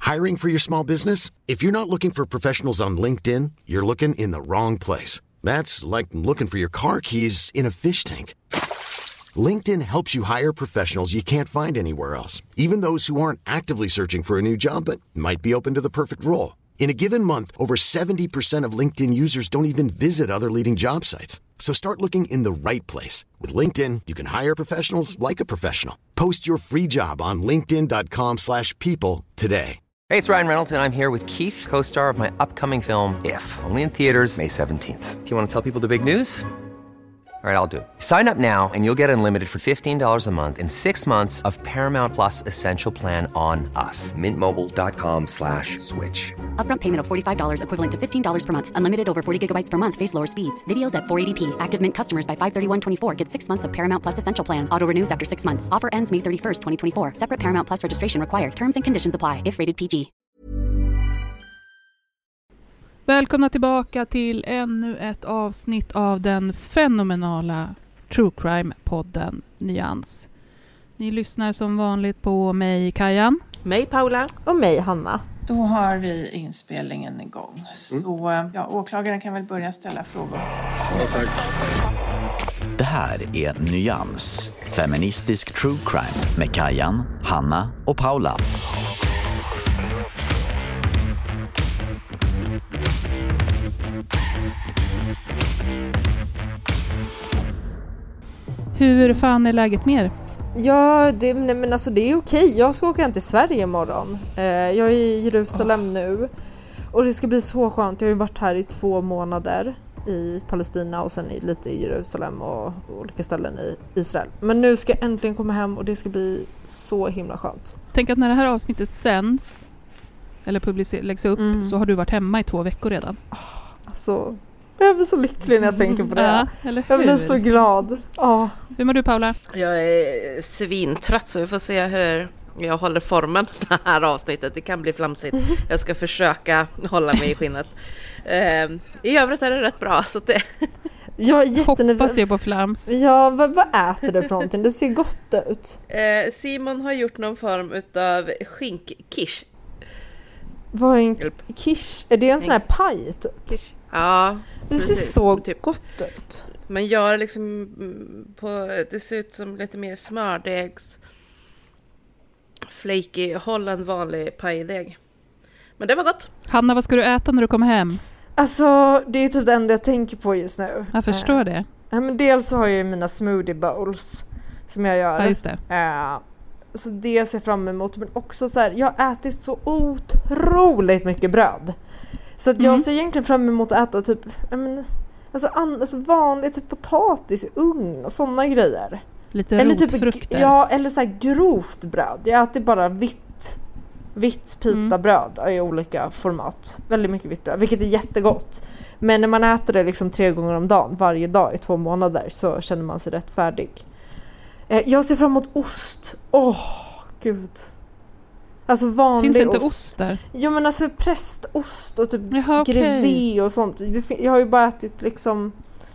Hiring for your small business? If you're not looking for professionals on LinkedIn, you're looking in the wrong place. That's like looking for your car keys in a fish tank. LinkedIn helps you hire professionals you can't find anywhere else, even those who aren't actively searching for a new job but might be open to the perfect role. In a given month, over 70% of LinkedIn users don't even visit other leading job sites. So start looking in the right place. With LinkedIn, you can hire professionals like a professional. Post your free job on linkedin.com/people today. Hey, it's Ryan Reynolds, and I'm here with Keith, co-star of my upcoming film, If, only in theaters May 17th. Do you want to tell people the big news? All right, I'll do it. Sign up now and you'll get unlimited for $15 a month and 6 months of Paramount Plus Essential Plan on us. Mintmobile.com/switch. Upfront payment of $45 equivalent to $15 per month. Unlimited over 40 gigabytes per month. Face lower speeds. Videos at 480p. Active Mint customers by 531.24 get 6 months of Paramount Plus Essential Plan. Auto renews after 6 months. Offer ends May 31st, 2024. Separate Paramount Plus registration required. Terms and conditions apply if rated PG. Välkomna tillbaka till ännu ett avsnitt av den fenomenala True Crime-podden Nyans. Ni lyssnar som vanligt på mig, Kajan. Mig, Paula. Och mig, Hanna. Då har vi inspelningen igång. Så åklagaren kan väl börja ställa frågor. Ja, tack. Det här är Nyans, feministisk true crime med Kajan, Hanna och Paula. Hur fan är läget med er? Ja, men alltså det är okej. Jag ska åka hem till Sverige imorgon. Jag är i Jerusalem nu. Och det ska bli så skönt. Jag har ju varit här i 2 månader i Palestina och sen lite i Jerusalem och olika ställen i Israel. Men nu ska jag äntligen komma hem och det ska bli så himla skönt. Tänk att när det här avsnittet sänds eller läggs upp så har du varit hemma i 2 veckor redan. Alltså, jag blir så lycklig när jag tänker på det. Ja, eller hur? Jag blir så glad. Ja. Hur mår du, Paula? Jag är svintrött så vi får se hur jag håller formen det här avsnittet. Det kan bli flamsigt. Jag ska försöka hålla mig i skinnet. I övrigt är det rätt bra. Så det... Jag är jättenervös. Hoppas jag på flams. Ja, vad äter du för någonting? Det ser gott ut. Simon har gjort någon form utav skinkkish. Vad är en kish? Är det en sån här paj typ? Kish. Ja, det precis. ser så typ gott ut. Men gör liksom det ser ut som lite mer smördegs flaky, håll en vanlig pajdeg. Men det var gott. Hanna, vad ska du äta när du kommer hem? Alltså, det är typ det enda jag tänker på just nu. Jag förstår det. Men dels så har jag ju mina smoothie bowls som jag gör. Ja, just det. Så det ser jag fram emot. Men också så här, jag har ätit så otroligt mycket bröd. Så att jag ser egentligen fram emot att äta typ alltså vanligt typ potatis i ugn och sådana grejer. Lite rotfrukter. Typ, ja, eller så här grovt bröd. Jag äter bara vitt pitabröd i olika format. Väldigt mycket vitt bröd, vilket är jättegott. Men när man äter det liksom 3 gånger om dagen, varje dag i 2 månader, så känner man sig rätt färdig. Jag ser fram emot ost. Gud. Alltså vanlig ost. Finns inte ost där? Ja, men alltså prästost och typ grevé och sånt. Jag har ju bara ätit liksom...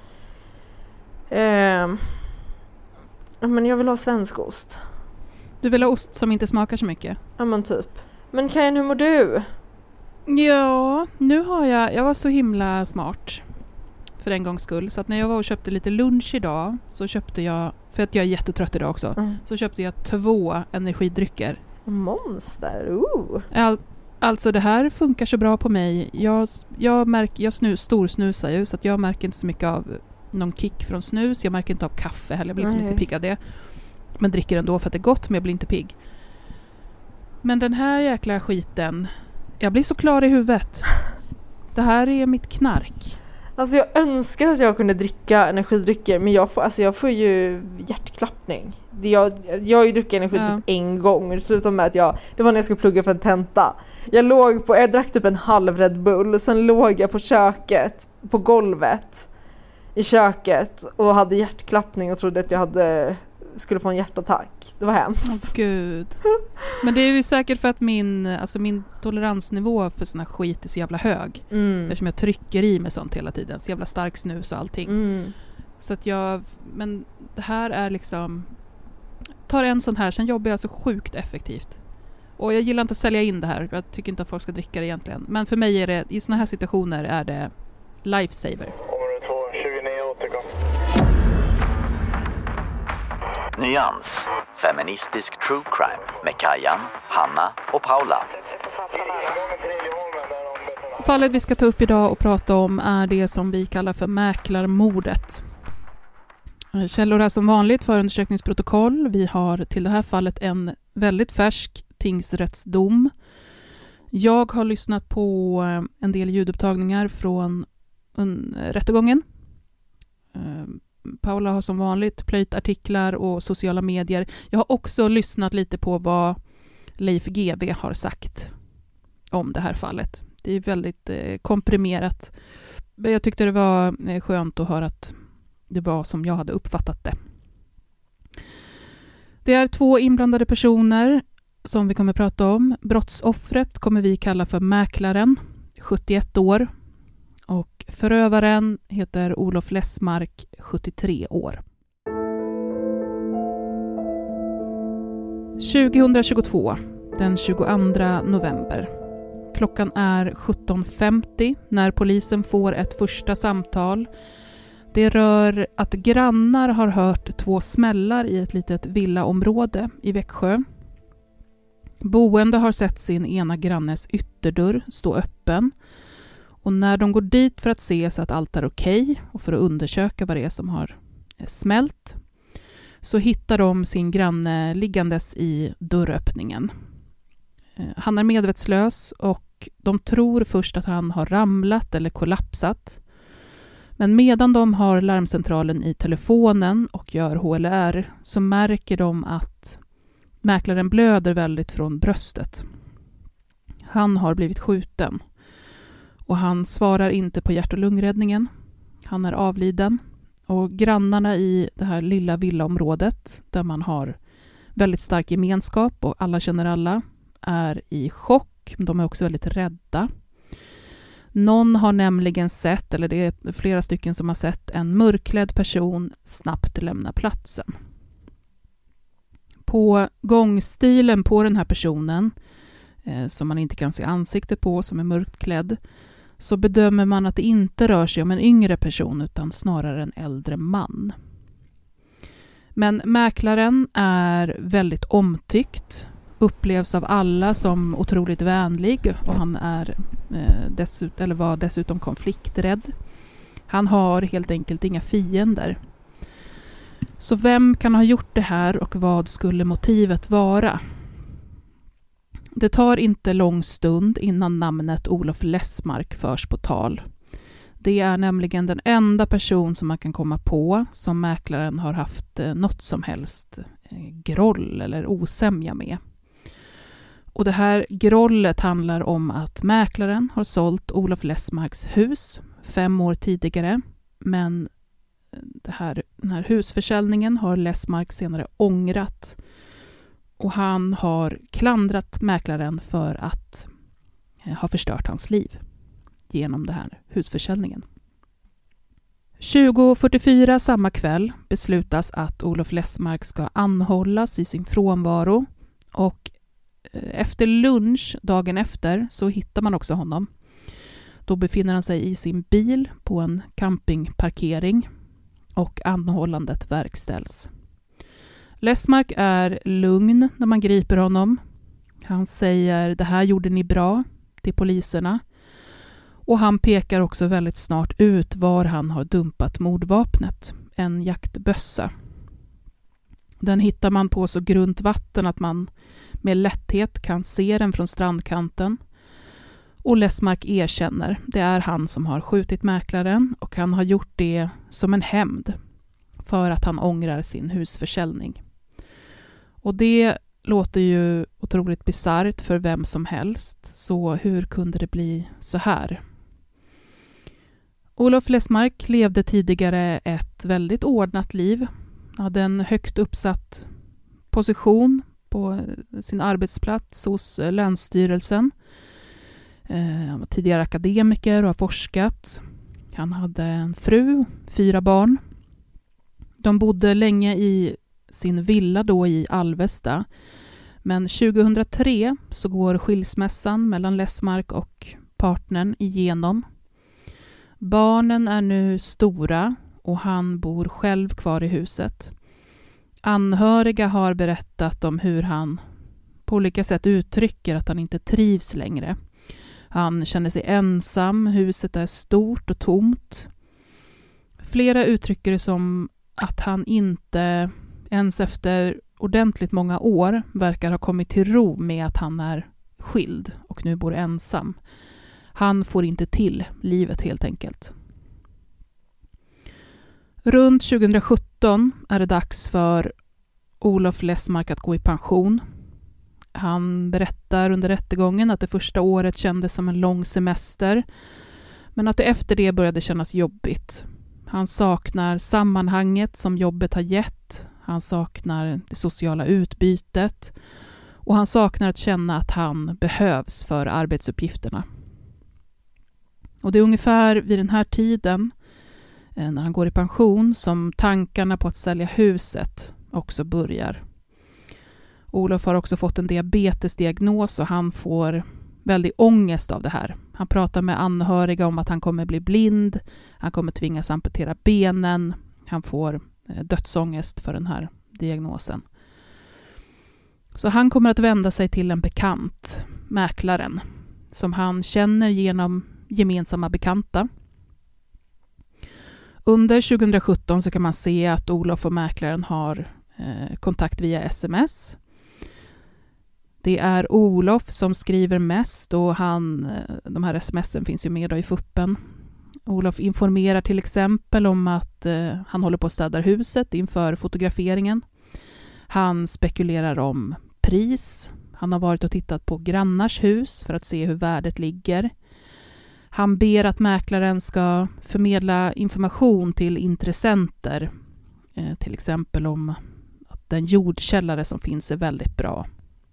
men jag vill ha svensk ost. Du vill ha ost som inte smakar så mycket? Ja, men typ. Men Kajan, hur mår du? Ja, nu har jag var så himla smart för en gångs skull. Så att när jag var och köpte lite lunch idag så köpte jag, för att jag är jättetrött idag också, så köpte jag 2 energidrycker. Monster, Alltså det här funkar så bra på mig. Jag storsnusar ju, så att jag märker inte så mycket av någon kick från snus. Jag märker inte av kaffe heller, jag blir liksom inte pigg av det. Men dricker ändå för att det är gott, men jag blir inte pigg. Men den här jäkla skiten, jag blir så klar i huvudet. Det här är mitt knark. Alltså jag önskar att jag kunde dricka energidrycker, men jag får ju hjärtklappning. Jag har ju druckit energi typ en gång. Det slutade med att det var när jag skulle plugga för en tenta. Jag drack typ en halv Red Bull. Sen låg jag på köket, på golvet i köket och hade hjärtklappning och trodde att jag skulle få en hjärtattack. Det var hemskt. Åh gud. Men det är ju säkert för att min toleransnivå för såna skit är så jävla hög. Eftersom jag trycker i mig sånt hela tiden. Så jävla stark snus och allting. Så att men det här är liksom... Tar en sån här, sen jobbar jag så sjukt effektivt. Och jag gillar inte att sälja in det här. Jag tycker inte att folk ska dricka det egentligen. Men för mig är det, i såna här situationer är det lifesaver. Nyans. Feministisk true crime med Kajan, Hanna och Paula. Fallet vi ska ta upp idag och prata om är det som vi kallar för mäklarmordet. Källor är som vanligt förundersökningsprotokoll. Vi har till det här fallet en väldigt färsk tingsrättsdom. Jag har lyssnat på en del ljudupptagningar från rättegången. Paula har som vanligt plöjt artiklar och sociala medier. Jag har också lyssnat lite på vad Leif GW har sagt om det här fallet. Det är väldigt komprimerat. Jag tyckte det var skönt att höra att det var som jag hade uppfattat det. Det är 2 inblandade personer som vi kommer prata om. Brottsoffret kommer vi kalla för mäklaren, 71 år. Och förövaren heter Olof Lessmark, 73 år. 2022, den 22 november. Klockan är 17.50 när polisen får ett första samtal. Det rör att grannar har hört 2 smällar i ett litet villaområde i Växjö. Boende har sett sin ena grannes ytterdörr stå öppen. Och när de går dit för att se så att allt är okej och för att undersöka vad det är som har smält, så hittar de sin granne liggandes i dörröppningen. Han är medvetslös och de tror först att han har ramlat eller kollapsat. Men medan de har larmcentralen i telefonen och gör HLR så märker de att mäklaren blöder väldigt från bröstet. Han har blivit skjuten. Och han svarar inte på hjärt- och lungräddningen. Han är avliden. Och grannarna i det här lilla villaområdet där man har väldigt stark gemenskap och alla känner alla är i chock. De är också väldigt rädda. Någon har nämligen sett, eller det är flera stycken som har sett, en mörkklädd person snabbt lämna platsen. På gångstilen på den här personen, som man inte kan se ansikte på, som är mörkklädd, så bedömer man att det inte rör sig om en yngre person utan snarare en äldre man. Men mäklaren är väldigt omtyckt, upplevs av alla som otroligt vänlig och han är var dessutom konflikträdd. Han har helt enkelt inga fiender. Så vem kan ha gjort det här och vad skulle motivet vara? Det tar inte lång stund innan namnet Olof Lessmark förs på tal. Det är nämligen den enda person som man kan komma på som mäklaren har haft något som helst groll eller osämja med. Och det här grollet handlar om att mäklaren har sålt Olof Lessmarks hus 5 år tidigare, men den här husförsäljningen har Lessmark senare ångrat. Och han har klandrat mäklaren för att ha förstört hans liv genom den här husförsäljningen. 20:44 samma kväll beslutas att Olof Lessmark ska anhållas i sin frånvaro. Och efter lunch dagen efter så hittar man också honom. Då befinner han sig i sin bil på en campingparkering och anhållandet verkställs. Lessmark är lugn när man griper honom. Han säger det här gjorde ni bra till poliserna. Och han pekar också väldigt snart ut var han har dumpat mordvapnet. En jaktbössa. Den hittar man på så grunt vatten att man med lätthet kan se den från strandkanten. Och Lessmark erkänner det är han som har skjutit mäklaren och han har gjort det som en hämnd för att han ångrar sin husförsäljning. Och det låter ju otroligt bisarrt för vem som helst, så hur kunde det bli så här? Olof Lessmark levde tidigare ett väldigt ordnat liv. Han hade en högt uppsatt position på sin arbetsplats hos Länsstyrelsen. Han var tidigare akademiker och har forskat. Han hade en fru, 4 barn. De bodde länge i sin villa då i Alvesta. Men 2003 så går skilsmässan mellan Lessmark och partnern igenom. Barnen är nu stora och han bor själv kvar i huset. Anhöriga har berättat om hur han på olika sätt uttrycker att han inte trivs längre. Han känner sig ensam, huset är stort och tomt. Flera uttrycker det som att han inte ens efter ordentligt många år verkar ha kommit till ro med att han är skild och nu bor ensam. Han får inte till livet helt enkelt. Runt 2017 är det dags för Olof Lessmark att gå i pension. Han berättar under rättegången att det första året kändes som en lång semester, men att det efter det började kännas jobbigt. Han saknar sammanhanget som jobbet har gett, han saknar det sociala utbytet och han saknar att känna att han behövs för arbetsuppgifterna. Och det är ungefär vid den här tiden, när han går i pension, som tankarna på att sälja huset också börjar. Olof har också fått en diabetesdiagnos och han får väldigt ångest av det här. Han pratar med anhöriga om att han kommer bli blind, han kommer tvingas amputera benen, han får dödsångest för den här diagnosen. Så han kommer att vända sig till en bekant, mäklaren, som han känner genom gemensamma bekanta. Under 2017 så kan man se att Olof och mäklaren har kontakt via sms. Det är Olof som skriver mest och de här smsen finns ju med då i fuppen. Olof informerar till exempel om att han håller på att städa huset inför fotograferingen. Han spekulerar om pris. Han har varit och tittat på grannars hus för att se hur värdet ligger. Han ber att mäklaren ska förmedla information till intressenter. Till exempel om att den jordkällare som finns är väldigt bra.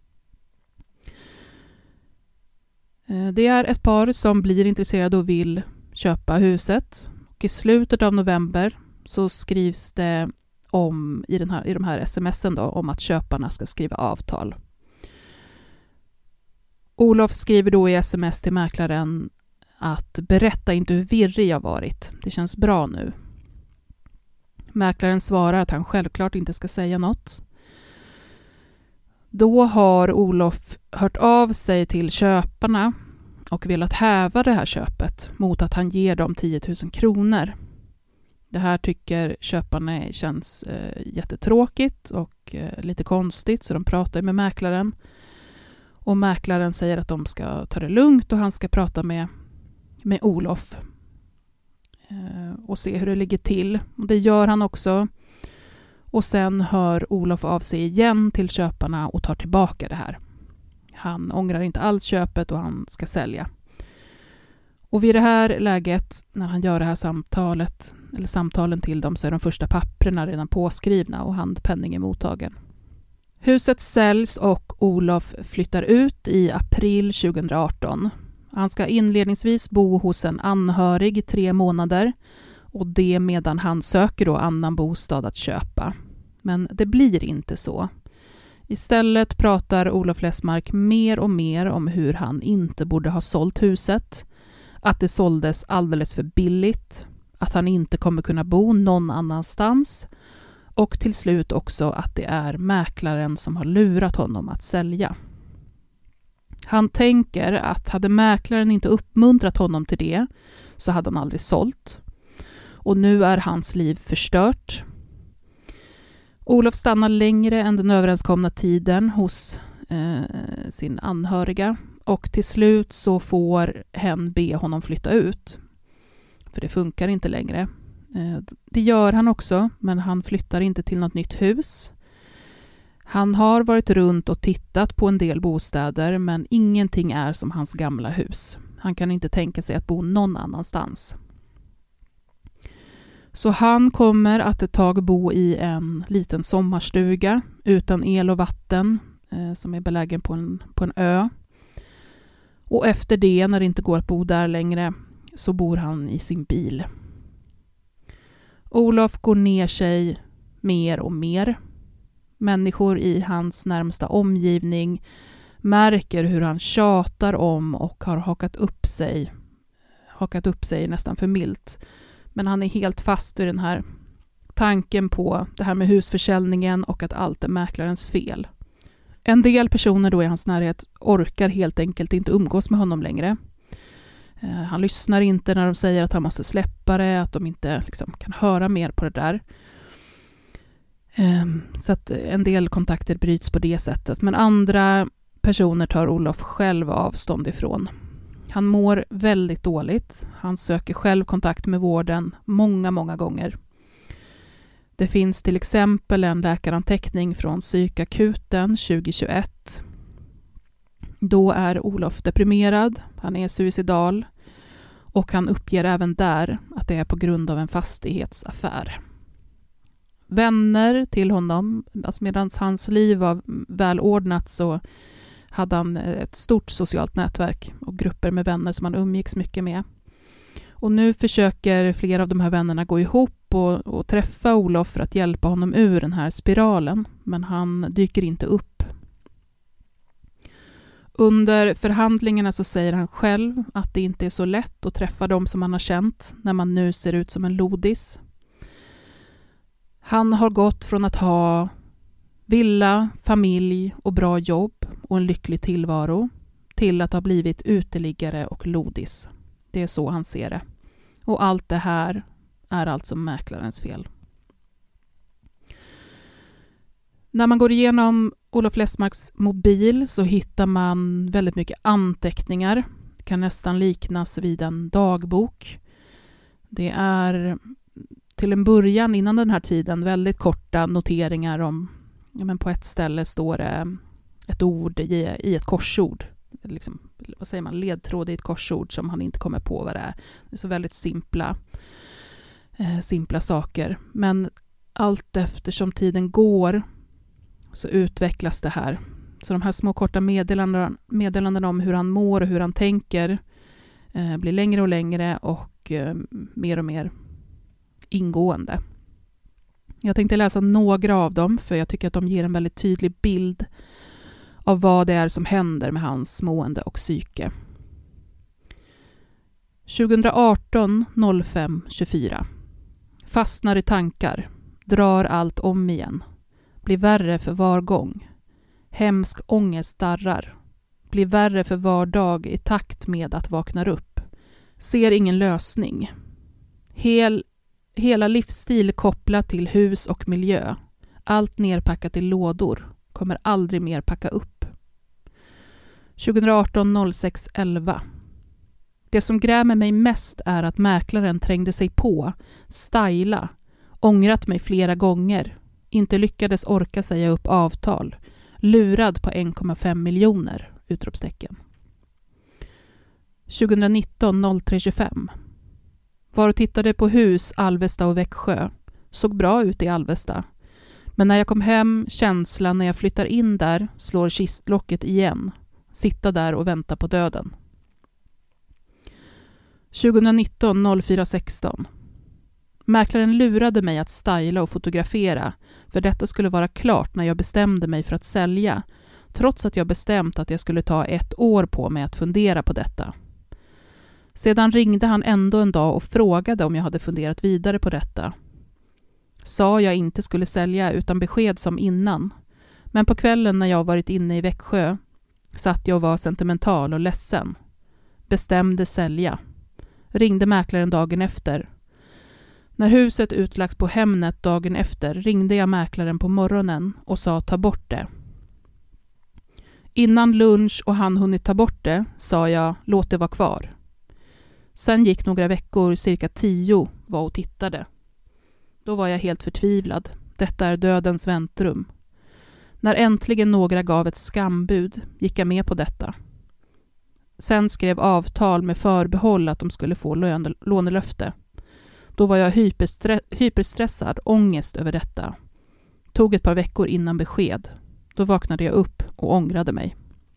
Det är ett par som blir intresserade och vill köpa huset. Och i slutet av november så skrivs det om i de här smsen då, om att köparna ska skriva avtal. Olof skriver då i sms till mäklaren att berätta inte hur virrig jag varit. Det känns bra nu. Mäklaren svarar att han självklart inte ska säga något. Då har Olof hört av sig till köparna och velat häva det här köpet mot att han ger dem 10 000 kronor. Det här tycker köparna känns jättetråkigt och lite konstigt, så de pratar med mäklaren. Och mäklaren säger att de ska ta det lugnt och han ska prata med Olof och se hur det ligger till. Och det gör han också. Och sen hör Olof av sig igen till köparna och tar tillbaka det här. Han ångrar inte alls köpet och han ska sälja. Och vid det här läget, när han gör det här samtalen till dem, så är de första papperna redan påskrivna och handpenningen mottagen. Huset säljs och Olof flyttar ut i april 2018. Han ska inledningsvis bo hos en anhörig i 3 månader och det medan han söker då annan bostad att köpa. Men det blir inte så. Istället pratar Olof Lessmark mer och mer om hur han inte borde ha sålt huset, att det såldes alldeles för billigt, att han inte kommer kunna bo någon annanstans och till slut också att det är mäklaren som har lurat honom att sälja. Han tänker att hade mäklaren inte uppmuntrat honom till det så hade han aldrig sålt. Och nu är hans liv förstört. Olof stannar längre än den överenskomna tiden hos sin anhöriga. Och till slut så får hen be honom flytta ut. För det funkar inte längre. Det gör han också, men han flyttar inte till något nytt hus. Han har varit runt och tittat på en del bostäder, men ingenting är som hans gamla hus. Han kan inte tänka sig att bo någon annanstans. Så han kommer att ett tag bo i en liten sommarstuga utan el och vatten som är belägen på en ö. Och efter det, när det inte går att bo där längre, så bor han i sin bil. Olof går ner sig mer och mer. Människor i hans närmsta omgivning märker hur han tjatar om och har hakat upp sig nästan för milt. Men han är helt fast i den här tanken på det här med husförsäljningen och att allt är mäklarens fel. En del personer då i hans närhet orkar helt enkelt inte umgås med honom längre. Han lyssnar inte när de säger att han måste släppa det, att de inte liksom kan höra mer på det där. Så att en del kontakter bryts på det sättet. Men andra personer tar Olof själv avstånd ifrån. Han mår väldigt dåligt. Han söker själv kontakt med vården många gånger. Det finns till exempel en läkaranteckning från psykakuten 2021. Då är Olof deprimerad, han är suicidal och han uppger även där att det är på grund av en fastighetsaffär. Vänner till honom, alltså medan hans liv var välordnat så hade han ett stort socialt nätverk och grupper med vänner som han umgicks mycket med. Och nu försöker flera av de här vännerna gå ihop och träffa Olof för att hjälpa honom ur den här spiralen, men han dyker inte upp. Under förhandlingarna så säger han själv att det inte är så lätt att träffa dem som han har känt när man nu ser ut som en lodis. Han har gått från att ha villa, familj och bra jobb och en lycklig tillvaro till att ha blivit uteliggare och lodis. Det är så han ser det. Och allt det här är alltså mäklarens fel. När man går igenom Olof Lessmarks mobil så hittar man väldigt mycket anteckningar. Det kan nästan liknas vid en dagbok. Det är till en början innan den här tiden väldigt korta noteringar om, men på ett ställe står det ett ord i ett korsord. Liksom, vad säger man, ledtråd i ett korsord som han inte kommer på vad det är. Det är så väldigt simpla saker. Men allt eftersom tiden går så utvecklas det här. Så de här små korta meddelanden om hur han mår och hur han tänker blir längre och längre och mer och mer ingående. Jag tänkte läsa några av dem för jag tycker att de ger en väldigt tydlig bild av vad det är som händer med hans mående och psyke. 2018 05 24. Fastnar i tankar. Drar allt om igen. Blir värre för var gång. Hemsk ångest darrar. Blir värre för var dag i takt med att vaknar upp. Ser ingen lösning. Hela livsstil kopplat till hus och miljö. Allt nerpackat i lådor. Kommer aldrig mer packa upp. 2018 06 11. Det som grämer mig mest är att mäklaren trängde sig på, styla, ångrat mig flera gånger, inte lyckades orka säga upp avtal, lurad på 1,5 miljoner, utropstecken. 2019 03 25. Var och tittade på hus Alvesta och Växjö, såg bra ut i Alvesta. Men när jag kom hem, känslan när jag flyttar in där, slår kistlocket igen. Sitta där och vänta på döden. 2019 04 16. Mäklaren lurade mig att styla och fotografera, för detta skulle vara klart när jag bestämde mig för att sälja, trots att jag bestämt att jag skulle ta 1 år på mig att fundera på detta. Sedan ringde han ändå en dag och frågade om jag hade funderat vidare på detta. Sa jag inte skulle sälja utan besked som innan. Men på kvällen när jag varit inne i Växjö satt jag och var sentimental och ledsen. Bestämde sälja. Ringde mäklaren dagen efter. När huset utlagt på Hemnet dagen efter ringde jag mäklaren på morgonen och sa ta bort det. Innan lunch och han hunnit ta bort det sa jag låt det vara kvar. Sen gick några veckor, cirka 10, var och tittade. Då var jag helt förtvivlad. Detta är dödens väntrum. När äntligen några gav ett skambud gick jag med på detta. Sen skrev avtal med förbehåll att de skulle få lånelöfte. Då var jag hyperstressad, ångest över detta. Tog ett par veckor innan besked. Då vaknade jag upp och ångrade mig.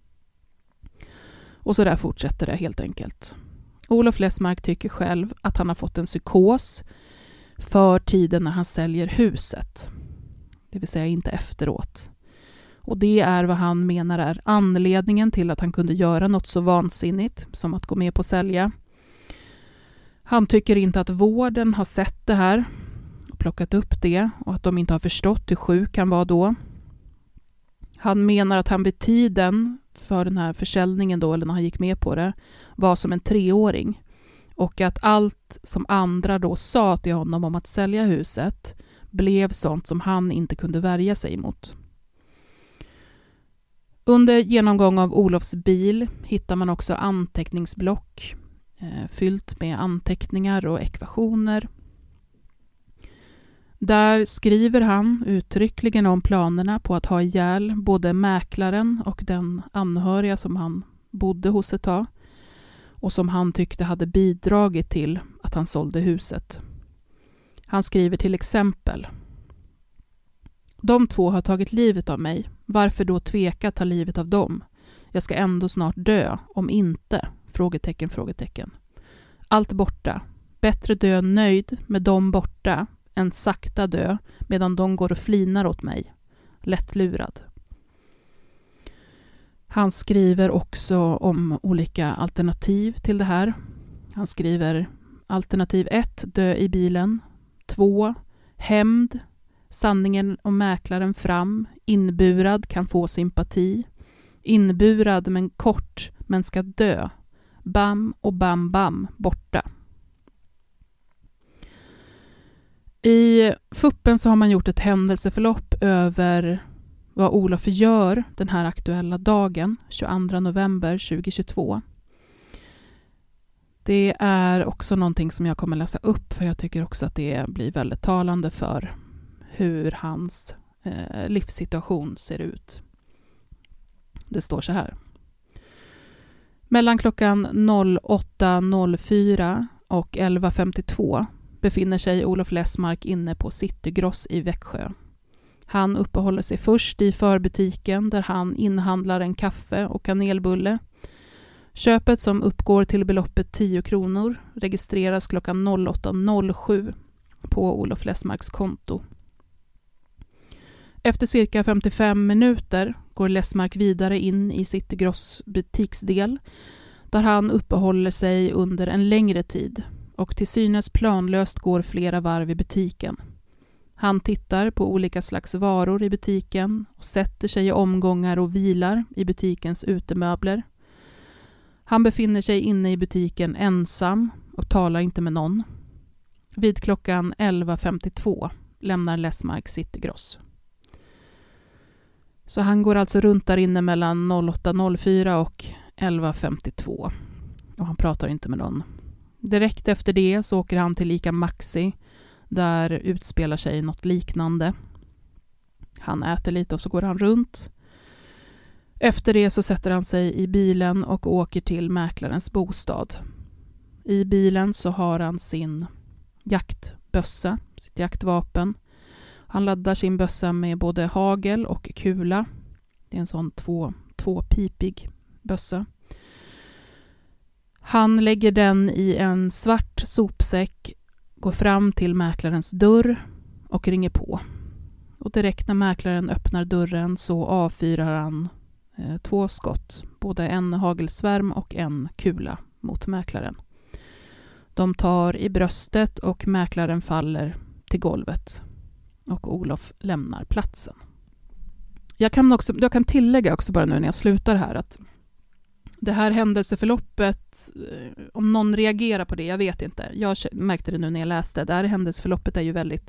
Och så där fortsätter det helt enkelt. Olof Lessmark tycker själv att han har fått en psykos för tiden när han säljer huset. det vill säga inte efteråt. Och det är vad han menar är anledningen till att han kunde göra något så vansinnigt som att gå med på att sälja. Han tycker inte att vården har sett det här och plockat upp det och att de inte har förstått hur sjuk han var då. Han menar att han vid tiden för den här försäljningen då, eller när han gick med på det, var som en 3-åring. Och att allt som andra då sa till honom om att sälja huset blev sånt som han inte kunde värja sig emot. Under genomgång av Olofs bil hittar man också anteckningsblock fyllt med anteckningar och ekvationer. Där skriver han uttryckligen om planerna på att ha ihjäl både mäklaren och den anhöriga som han bodde hos ett tag och som han tyckte hade bidragit till att han sålde huset. Han skriver till exempel: de 2 har tagit livet av mig. Varför då tveka att ta livet av dem? Jag ska ändå snart dö, om inte... Frågetecken. Allt borta. Bättre dö nöjd med dem borta än sakta dö medan de går och flinar åt mig. Lättlurad. Han skriver också om olika alternativ till det här. Han skriver alternativ 1, dö i bilen. 2, hämnd. Sanningen om mäklaren fram. Inburad, kan få sympati. Inburad men kort, men ska dö. Bam och bam bam, borta. I FUPen så har man gjort ett händelseförlopp över vad Olof gör den här aktuella dagen, 22 november 2022. Det är också någonting som jag kommer läsa upp, för jag tycker också att det blir väldigt talande för hur hans livssituation ser ut. Det står så här. Mellan klockan 08.04 och 11.52 befinner sig Olof Lessmark inne på Citygross i Växjö. Han uppehåller sig först i förbutiken där han inhandlar en kaffe och kanelbulle. Köpet, som uppgår till beloppet 10 kronor, registreras klockan 08.07 på Olof Lessmarks konto. Efter cirka 55 minuter går Lessmark vidare in i Citygross butiksdel där han uppehåller sig under en längre tid och till synes planlöst går flera varv i butiken. Han tittar på olika slags varor i butiken och sätter sig i omgångar och vilar i butikens utemöbler. Han befinner sig inne i butiken ensam och talar inte med någon. Vid klockan 11.52 lämnar Lessmark Citygross. Så han går alltså runt där inne mellan 08.04 och 11.52 och han pratar inte med någon. Direkt efter det så åker han till ICA Maxi. Där utspelar sig något liknande. Han äter lite och så går han runt. Efter det så sätter han sig i bilen och åker till mäklarens bostad. I bilen så har han sin jaktbössa, sitt jaktvapen. Han laddar sin bössa med både hagel och kula. Det är en sån tvåpipig bössa. Han lägger den i en svart sopsäck, går fram till mäklarens dörr och ringer på. Och direkt när mäklaren öppnar dörren så avfyrar han 2 skott, både en hagelsvärm och en kula mot mäklaren. De tar i bröstet och mäklaren faller till golvet och Olof lämnar platsen. Jag kan tillägga också bara nu när jag slutar här att det här händelseförloppet, om någon reagerar på det, jag vet inte. Jag märkte det nu när jag läste. Det här händelseförloppet är ju väldigt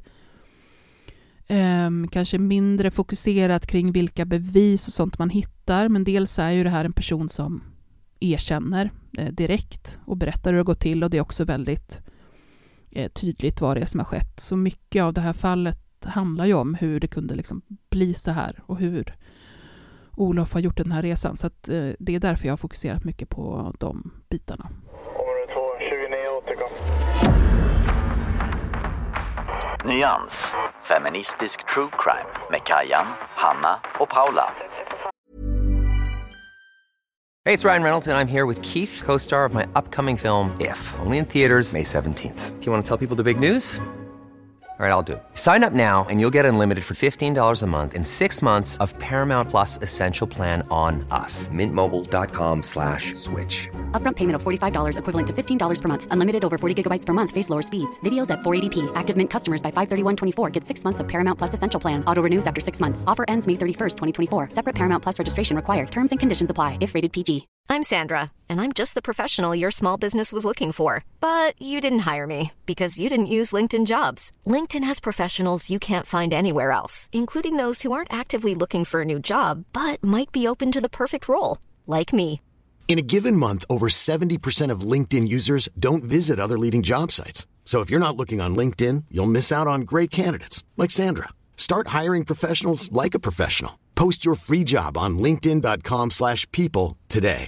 kanske mindre fokuserat kring vilka bevis och sånt man hittar. Men dels är ju det här en person som erkänner direkt och berättar hur det går till. Och det är också väldigt tydligt vad det är som har skett. Så mycket av det här fallet handlar ju om hur det kunde liksom bli så här och hur Olof har gjort den här resan, så att det är därför jag har fokuserat mycket på de bitarna. Område 2, 29 återkom. Nyans, feministisk true crime med Kajan, Hanna och Paula. Hey, it's Ryan Reynolds and I'm here with Keith, co-star of my upcoming film If, only in theaters May 17th. Do you want to tell people the big news? All right, I'll do it. Sign up now and you'll get unlimited for $15 a month and 6 months of Paramount Plus Essential Plan on us. MintMobile.com/switch. Upfront payment of $45 equivalent to $15 per month. Unlimited over 40 gigabytes per month. Face lower speeds. Videos at 480p. Active Mint customers by 531.24 get 6 months of Paramount Plus Essential Plan. Auto renews after 6 months. Offer ends May 31st, 2024. Separate Paramount Plus registration required. Terms and conditions apply if rated PG. I'm Sandra, and I'm just the professional your small business was looking for. But you didn't hire me because you didn't use LinkedIn Jobs. LinkedIn has professionals you can't find anywhere else, including those who aren't actively looking for a new job, but might be open to the perfect role, like me. In a given month, over 70% of LinkedIn users don't visit other leading job sites. So if you're not looking on LinkedIn, you'll miss out on great candidates like Sandra. Start hiring professionals like a professional. Post your free job on linkedin.com/people today.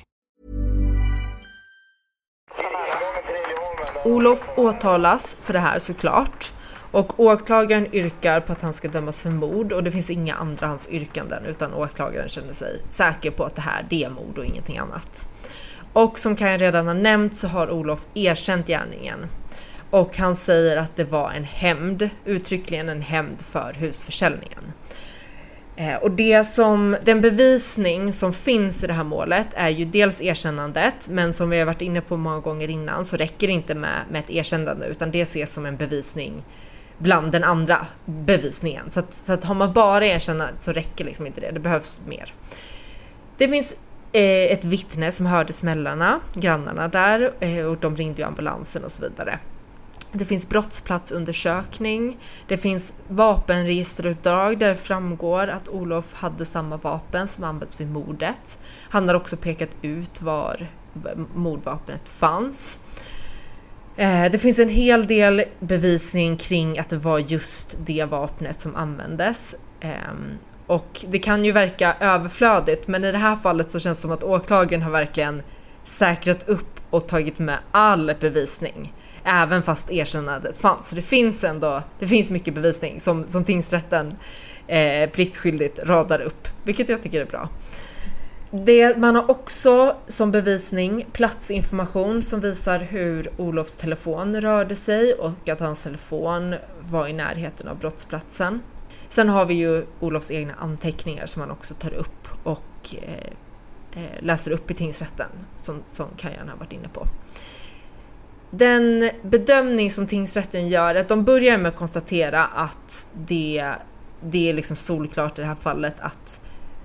Olof åtalas för det här såklart. Och åklagaren yrkar på att han ska dömas för mord, och det finns inga andra hans yrkanden, utan åklagaren känner sig säker på att det här är mord och ingenting annat. Och som Kajan redan har nämnt så har Olof erkänt gärningen. Och han säger att det var en hämnd, uttryckligen en hämnd för husförsäljningen. Och den bevisning som finns i det här målet är ju dels erkännandet, men som vi har varit inne på många gånger innan så räcker det inte med ett erkännande, utan det ses som en bevisning bland den andra bevisningen. Så att har man bara erkännandet så räcker liksom inte det behövs mer. Det finns ett vittne som hörde smällarna, grannarna där, och de ringde ju ambulansen och så vidare. Det finns brottsplatsundersökning, det finns vapenregisterutdrag där det framgår att Olof hade samma vapen som används vid mordet. Han har också pekat ut var mordvapnet fanns. Det finns en hel del bevisning kring att det var just det vapnet som användes. Och det kan ju verka överflödigt, men i det här fallet så känns det som att åklagaren har verkligen säkrat upp och tagit med all bevisning. Även fast erkännandet fanns. Så det finns mycket bevisning som tingsrätten pliktskyldigt radar upp. Vilket jag tycker är bra. Man har också som bevisning platsinformation som visar hur Olofs telefon rörde sig och att hans telefon var i närheten av brottsplatsen. Sen har vi ju Olofs egna anteckningar som man också tar upp och läser upp i tingsrätten som Kajan har varit inne på. Den bedömning som tingsrätten gör är att de börjar med att konstatera att det är liksom solklart i det här fallet att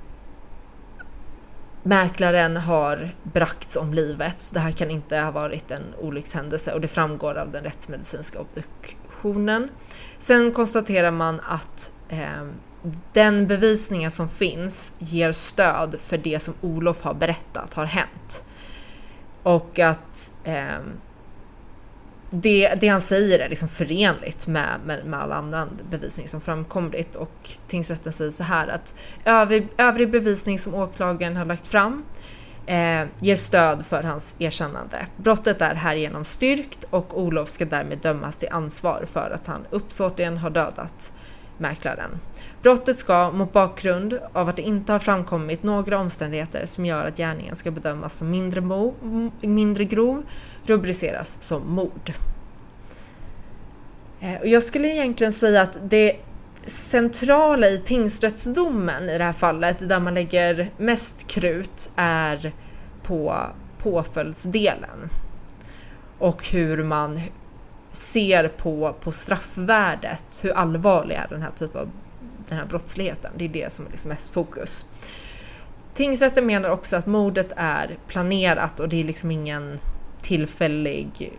mäklaren har bragts om livet. Det här kan inte ha varit en olyckshändelse, och det framgår av den rättsmedicinska obduktionen. Sen konstaterar man att den bevisningen som finns ger stöd för det som Olof har berättat har hänt. Och att det han säger är liksom förenligt med all annan bevisning som framkommit, och tingsrätten säger så här att övrig bevisning som åklagaren har lagt fram ger stöd för hans erkännande. Brottet är härigenom styrkt och Olof ska därmed dömas till ansvar för att han uppsåtligen har dödat mäklaren. Brottet ska mot bakgrund av att det inte har framkommit några omständigheter som gör att gärningen ska bedömas som mindre grov rubriceras som mord. Och jag skulle egentligen säga att det centrala i tingsrättsdomen i det här fallet, där man lägger mest krut, är på påföljdsdelen och hur man ser på straffvärdet, hur allvarlig är den här brottsligheten. Det är det som är liksom mest fokus. Tingsrätten menar också att mordet är planerat och det är liksom ingen tillfällig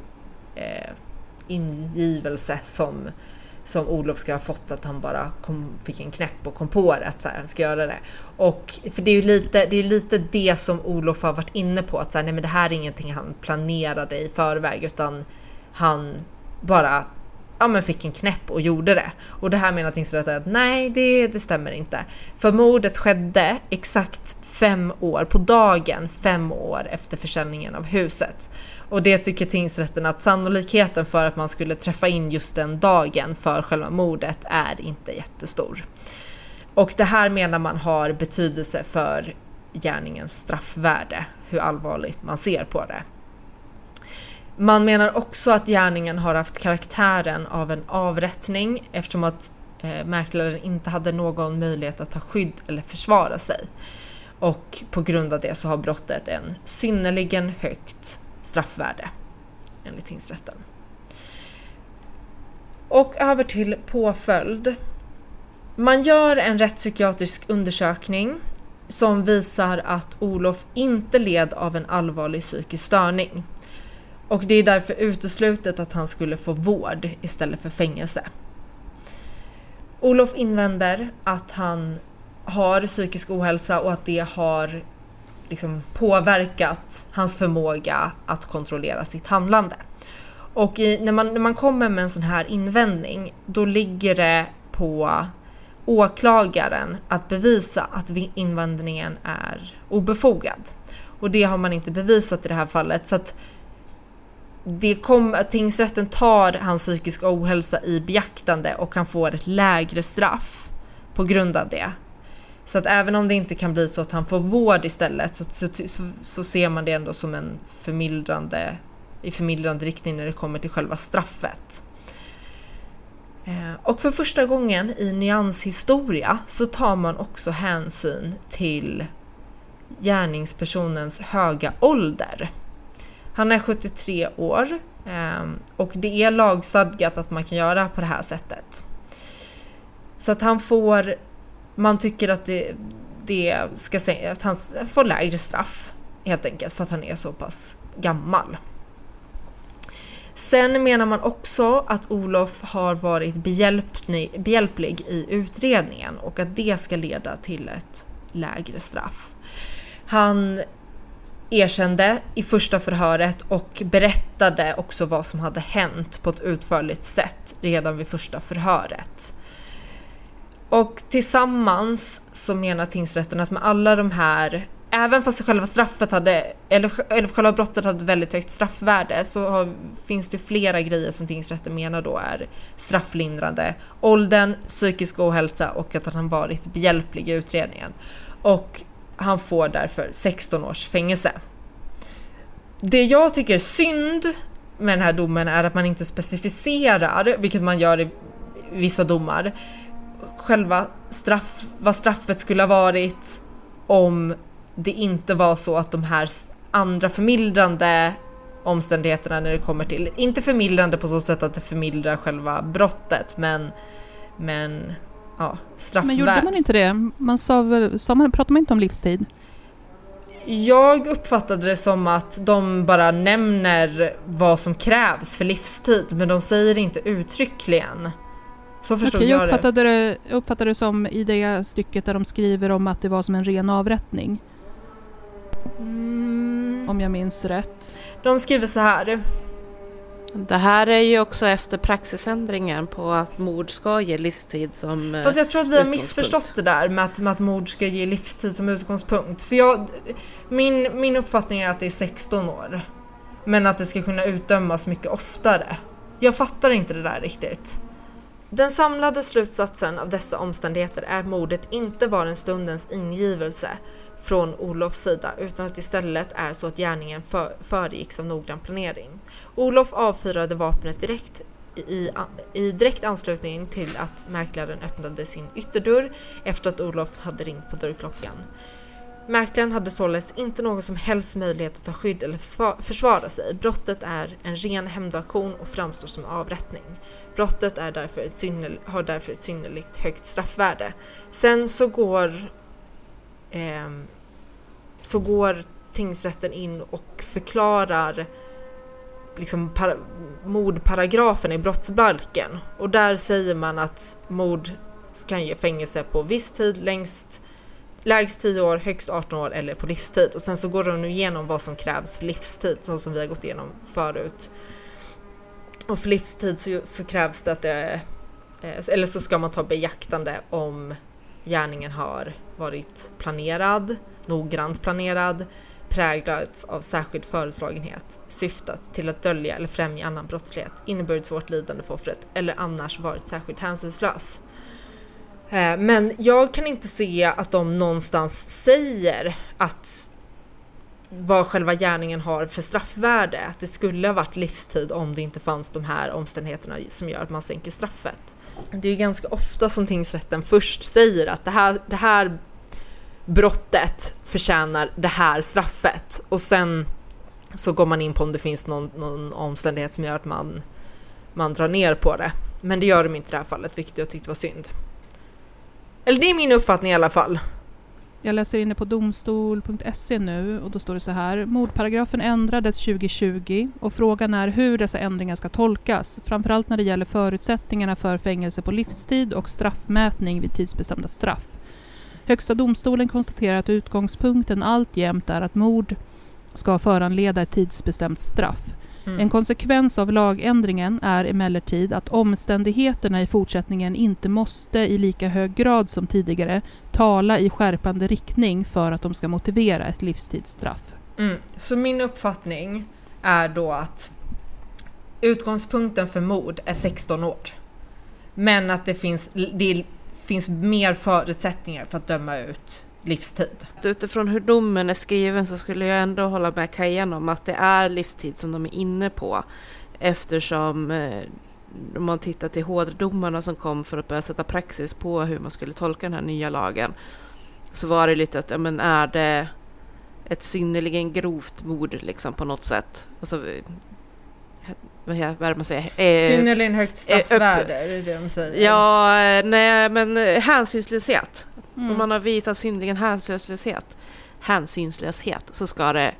ingivelse som Olof ska ha fått, att han bara fick en knäpp och kom på det att så här, han ska göra det. Och för det är ju lite det som Olof har varit inne på, att så här, nej men det här är ingenting han planerade i förväg, utan han bara fick en knäpp och gjorde det. Och det här menar tingsrätten att nej, det stämmer inte. För mordet skedde exakt 5 år, på dagen 5 år efter försäljningen av huset. Och det tycker tingsrätten att sannolikheten för att man skulle träffa in just den dagen för själva mordet är inte jättestor. Och det här menar man har betydelse för gärningens straffvärde, hur allvarligt man ser på det. Man menar också att gärningen har haft karaktären av en avrättning eftersom att mäklaren inte hade någon möjlighet att ta skydd eller försvara sig. Och på grund av det så har brottet en synnerligen högt straffvärde enligt tingsrätten. Och över till påföljd. Man gör en rättspsykiatrisk undersökning som visar att Olof inte led av en allvarlig psykisk störning. Och det är därför uteslutet att han skulle få vård istället för fängelse. Olof invänder att han har psykisk ohälsa och att det har påverkat hans förmåga att kontrollera sitt handlande. Och när man kommer med en sån här invändning, då ligger det på åklagaren att bevisa att invändningen är obefogad. Och det har man inte bevisat i det här fallet, så att tingsrätten tar hans psykiska ohälsa i beaktande och han får ett lägre straff på grund av det. Så att även om det inte kan bli så att han får vård istället så ser man det ändå som en förmildrande riktning när det kommer till själva straffet. Och för första gången i nyanshistoria så tar man också hänsyn till gärningspersonens höga ålder. Han är 73 år och det är lagstadgat att man kan göra på det här sättet. Så att man tycker att det ska säga att han får lägre straff helt enkelt för att han är så pass gammal. Sen menar man också att Olof har varit behjälplig i utredningen och att det ska leda till ett lägre straff. Han erkände i första förhöret och berättade också vad som hade hänt på ett utförligt sätt redan vid första förhöret. Och tillsammans så menar tingsrätten att med alla de här, även fast själva straffet eller själva brottet hade väldigt högt straffvärde, så finns det flera grejer som tingsrätten menar då är strafflindrande. Åldern, psykisk ohälsa och att han varit behjälplig i utredningen. Och han får därför 16 års fängelse. Det jag tycker är synd med den här domen är att man inte specificerar, vilket man gör i vissa domar, själva vad straffet skulle ha varit om det inte var så att de här andra förmildrande omständigheterna när det kommer till, inte förmildrande på så sätt att det förmildrar själva brottet, men straffvärd. Men gjorde man inte det? Pratade man inte om livstid? Jag uppfattade det som att de bara nämner vad som krävs för livstid, men de säger inte uttryckligen. Så förstod jag uppfattade det som i det stycket där de skriver om att det var som en ren avrättning. Om jag minns rätt. De skriver så här. Det här är ju också efter praxisändringen på att mord ska ge livstid som fast jag tror att vi har missförstått det där med att mord ska ge livstid som utgångspunkt. För min uppfattning är att det är 16 år. Men att det ska kunna utdömas mycket oftare. Jag fattar inte det där riktigt. Den samlade slutsatsen av dessa omständigheter är att mordet inte var en stundens ingivelse från Olofs sida, utan att istället är så att gärningen föregicks av noggrann planering. Olof avfyrade vapnet direkt i direkt anslutning till att mäklaren öppnade sin ytterdörr efter att Olof hade ringt på dörrklockan. Mäklaren hade således inte någon som helst möjlighet att ta skydd eller försvara sig. Brottet är en ren hämndaktion och framstår som avrättning. Brottet har därför ett synnerligt högt straffvärde. Sen så går tingsrätten in och förklarar mordparagrafen i brottsbalken. Och där säger man att mord kan ge fängelse på viss tid, lägst 10 år, högst 18 år eller på livstid. Och sen så går de nu igenom vad som krävs för livstid, så som vi har gått igenom förut. Och för livstid så krävs det att eller så ska man ta beaktande om gärningen har varit noggrant planerad, präglats av särskild föreslagenhet, syftat till att dölja eller främja annan brottslighet, inneburit svårt lidande för offret eller annars varit särskilt hänsynslös. Men jag kan inte se att de någonstans säger att vad själva gärningen har för straffvärde. Att det skulle ha varit livstid om det inte fanns de här omständigheterna som gör att man sänker straffet. Det är ju ganska ofta som tingsrätten först säger att det här brottet förtjänar det här straffet. Och sen så går man in på om det finns någon omständighet som gör att man drar ner på det. Men det gör de inte i det här fallet, vilket jag tyckte var synd. Eller det är min uppfattning i alla fall. Jag läser inne på domstol.se nu och då står det så här: mordparagrafen ändrades 2020 och frågan är hur dessa ändringar ska tolkas, framförallt när det gäller förutsättningarna för fängelse på livstid och straffmätning vid tidsbestämda straff. Högsta domstolen konstaterar att utgångspunkten alltjämt är att mord ska föranleda ett tidsbestämt straff. En konsekvens av lagändringen är emellertid att omständigheterna i fortsättningen inte måste i lika hög grad som tidigare tala i skärpande riktning för att de ska motivera ett livstidsstraff. Så min uppfattning är då att utgångspunkten för mord är 16 år. Men att det finns mer förutsättningar för att döma ut livstid. Utifrån hur domen är skriven så skulle jag ändå hålla med Kajan om att det är livstid som de är inne på. Eftersom om man tittar till HD-domarna som kom för att börja sätta praxis på hur man skulle tolka den här nya lagen, så var det lite att är det ett synnerligen grovt mord liksom på något sätt. Alltså, vad är det man säger? Synnerligen högt straffvärde, är det de säger? Ja, nej, men hänsynslöshet. Om man har visat synnerligen hänsynslöshet så ska det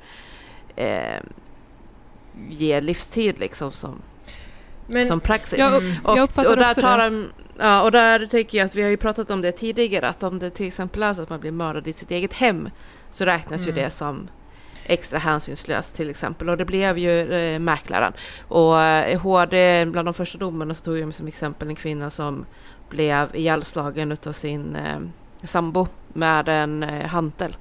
ge livstid liksom som praxis. Jag uppfattar där också det. Och där tycker jag att vi har ju pratat om det tidigare, att om det till exempel är så att man blir mördad i sitt eget hem, så räknas ju det som extra hänsynslöst till exempel. Och det blev ju mäklaren. Och HD, bland de första domarna, så tog jag som exempel en kvinna som blev ihjälslagen utav sin sambo med en hantel.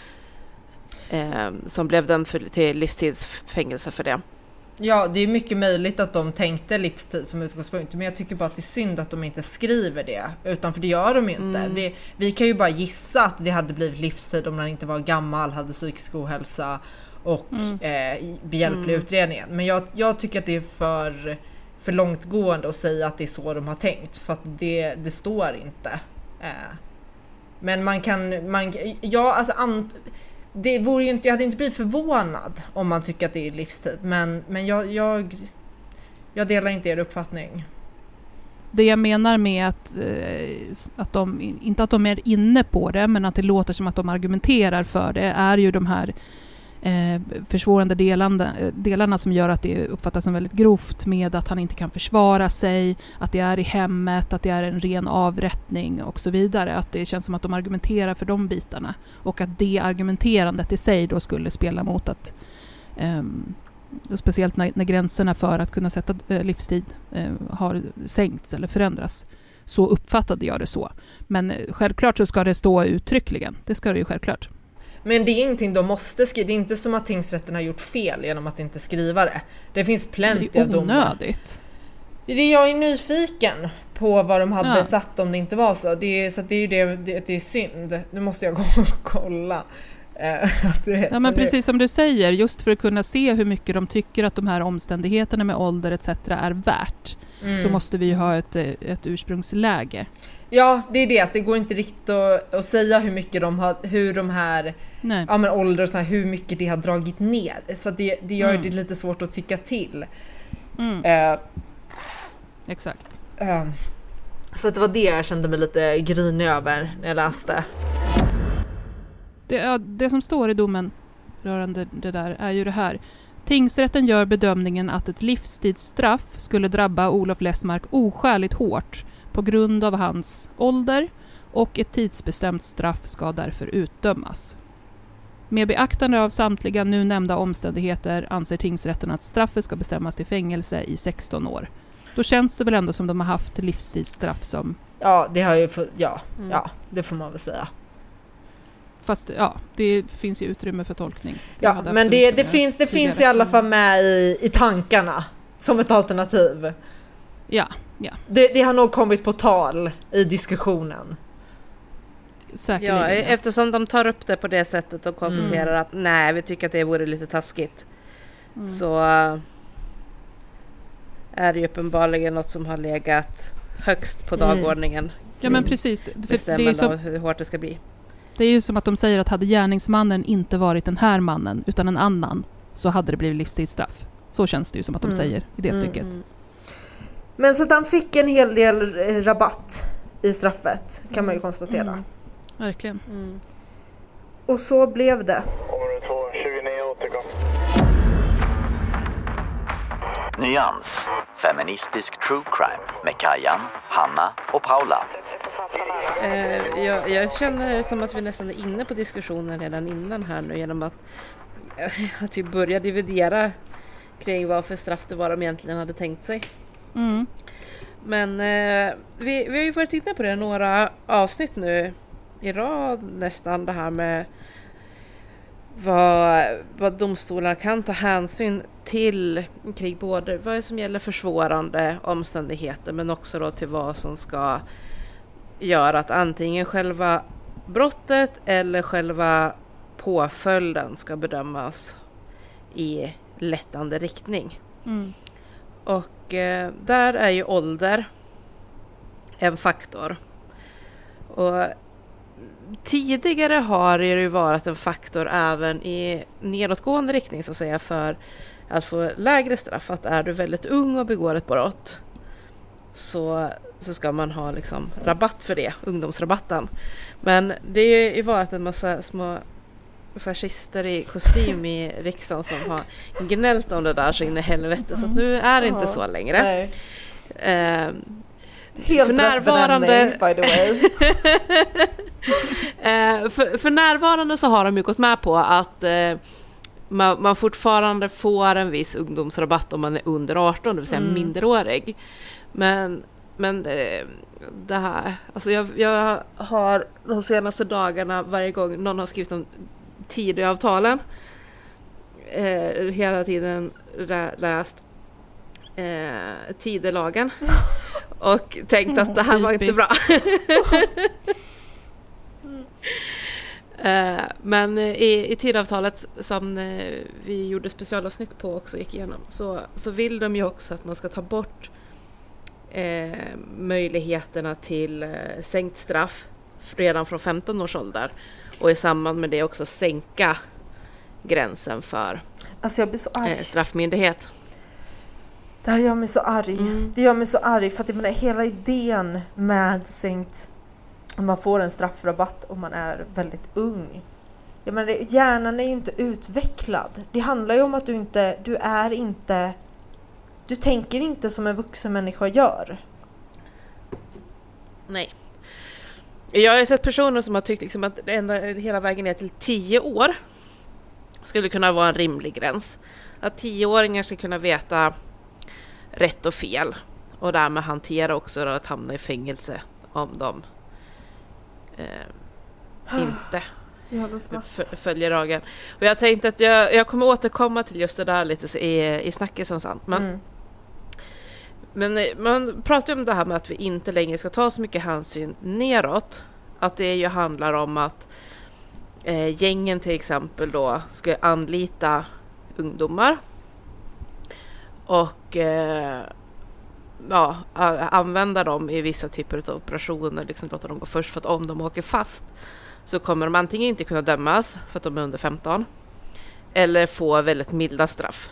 Som blev dömd till livstidsfängelse för det. Ja, det är mycket möjligt att de tänkte livstid som utgångspunkt, men jag tycker bara att det är synd att de inte skriver det, utan för det gör de ju inte. Vi kan ju bara gissa att det hade blivit livstid om man inte var gammal, hade psykisk ohälsa och behjälplig utredningen. Men jag tycker att det är för långtgående att säga att det är så de har tänkt, för att det står inte. Men det vore ju inte, jag hade inte blivit förvånad om man tycker att det är livstid, men jag delar inte er uppfattning. Det jag menar med att de, inte att de är inne på det, men att det låter som att de argumenterar för det, är ju de här försvårande delarna som gör att det uppfattas som väldigt grovt, med att han inte kan försvara sig, att det är i hemmet, att det är en ren avrättning och så vidare. Att det känns som att de argumenterar för de bitarna, och att det argumenterandet i sig då skulle spela mot att speciellt när gränserna för att kunna sätta livstid har sänkts eller förändras. Så uppfattade jag det så. Men självklart så ska det stå uttryckligen. Det ska det ju självklart. Men det är ingenting de måste skriva. Det är inte som att tingsrätten har gjort fel genom att inte skriva det. Det finns plenty av domar. Det är onödigt. Jag är nyfiken på vad de hade satt om det inte var så. Det är synd. Nu måste jag gå och kolla. Ja, men precis som du säger, just för att kunna se hur mycket de tycker att de här omständigheterna med ålder etc. är värt, så måste vi ju ha ett ursprungsläge. Ja, det är det, att det går inte riktigt att säga hur mycket hur de här ålder och så här, hur mycket det har dragit ner. Så det gör det lite svårt att tycka till. Exakt. Så det var det jag kände mig lite grinig över när jag läste. Det som står i domen rörande det där är ju det här. Tingsrätten gör bedömningen att ett livstidsstraff skulle drabba Olof Lessmark oskäligt hårt på grund av hans ålder, och ett tidsbestämt straff ska därför utdömas. Med beaktande av samtliga nu nämnda omständigheter anser tingsrätten att straffet ska bestämmas till fängelse i 16 år. Då känns det väl ändå som de har haft livstidsstraff som... Ja, det har ju det får man väl säga. Fast det finns ju utrymme för tolkning. Ja, men det finns i alla fall med i tankarna som ett alternativ. Ja. Det har nog kommit på tal i diskussionen. säkerligen. Ja, eftersom de tar upp det på det sättet och konstaterar att nej, vi tycker att det vore lite taskigt. Så är det ju uppenbarligen något som har legat högst på dagordningen. Ja, men precis. För det är ju som, hur hårt det ska bli. Det är ju som att de säger att hade gärningsmannen inte varit den här mannen utan en annan, så hade det blivit livstidsstraff. Så känns det ju som att de säger i det stycket. Men så att han fick en hel del rabatt i straffet, kan man ju konstatera. Verkligen. Och så blev det. Område 2, 29 återkom. Nyans. Feministisk true crime med Kajan, Hanna och Paula. Jag känner det som att vi nästan är inne på diskussionen redan innan här nu, genom att vi börjar dividera kring vad för straff det var de egentligen hade tänkt sig. Men vi har ju varit inne på det några avsnitt nu i rad nästan, det här med vad domstolarna kan ta hänsyn till kring både vad som gäller försvårande omständigheter, men också då till vad som ska göra att antingen själva brottet eller själva påföljden ska bedömas i lättande riktning. Och där är ju ålder en faktor. Och tidigare har det ju varit en faktor även i nedåtgående riktning, så att säga, för att få lägre straff. Att är du väldigt ung och begår ett brott, så ska man ha liksom rabatt för det, ungdomsrabatten. Men det är ju varit en massa små fascister i kostym i riksdagen som har gnällt om det där så in i helvete. Så att nu är det inte så längre. Helt för närvarande, by the way. för närvarande så har de ju gått med på att man fortfarande får en viss ungdomsrabatt om man är under 18, det vill säga minderårig. Men det här, alltså jag har de senaste dagarna, varje gång någon har skrivit om Tidöavtalen, hela tiden läst Tidelagen och tänkt att det här var inte bra. Men i Tidöavtalet som vi gjorde specialavsnitt på också gick igenom, så vill de ju också att man ska ta bort möjligheterna till sänkt straff redan från 15 års ålder, och i samband med det också sänka gränsen för jag blir så arg. Straffmyndighet. Det här gör mig så arg. Det gör mig så arg för att jag menar, hela idén med sänkt, om man får en straffrabatt om man är väldigt ung. Jag menar, hjärnan är ju inte utvecklad. Det handlar ju om att du tänker inte som en vuxen människa gör. Nej. Jag har sett personer som har tyckt liksom att hela vägen ner till 10 år skulle kunna vara en rimlig gräns. Att 10-åringar ska kunna veta rätt och fel. Och därmed hantera också att hamna i fängelse om de inte följer lagen. Och jag tänkte att jag kommer återkomma till just det där lite i snackisen sen. Men man pratar ju om det här med att vi inte längre ska ta så mycket hänsyn neråt. Att det ju handlar om att gängen till exempel då ska anlita ungdomar och använda dem i vissa typer av operationer, liksom låta dem gå först, för att om de åker fast så kommer de antingen inte kunna dömas för att de är under 15 eller få väldigt milda straff,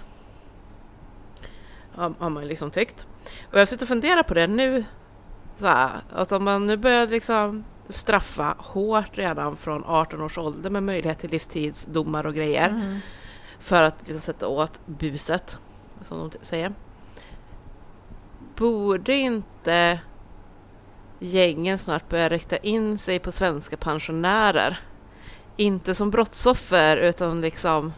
har man liksom tyckt. Och jag sitter och funderar på det nu, så här, att om man nu börjar liksom straffa hårt redan från 18 års ålder med möjlighet till livstidsdomar och grejer för att liksom sätta åt buset, som de säger. Borde inte gängen snart börja rikta in sig på svenska pensionärer? Inte som brottsoffer, utan liksom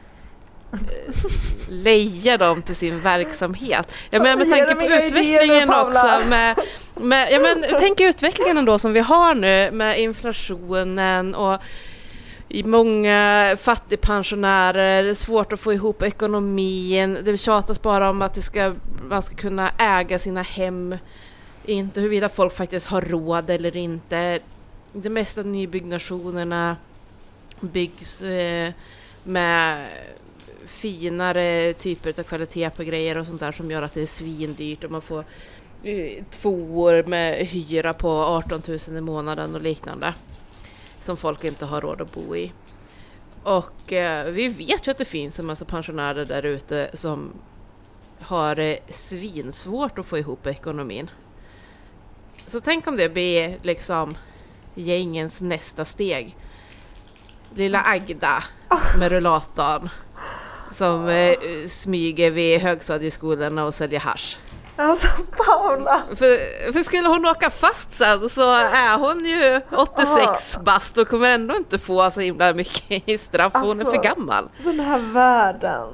leja dem till sin verksamhet. Men tanke på utvecklingen också tänk utvecklingen ändå som vi har nu med inflationen och i många fattigpensionärer, det är svårt att få ihop ekonomin. Det tjatas bara om att man ska kunna äga sina hem, inte huruvida folk faktiskt har råd eller inte. det mesta nybyggnationerna byggs med finare typer av kvalitet på grejer och sånt där som gör att det är svindyrt och man får 2 år med hyra på 18 000 i månaden och liknande som folk inte har råd att bo i. Och vi vet ju att det finns en massa pensionärer där ute som har det svinsvårt att få ihop ekonomin. Så tänk om det blir liksom gängens nästa steg. Lilla Agda med rullatorn som smyger vid högstadieskolorna och säljer hasch. Alltså Paula! För skulle hon åka fast sen så är hon ju 86 bast och kommer ändå inte få så himla mycket i straff. Hon är för gammal. Den här världen.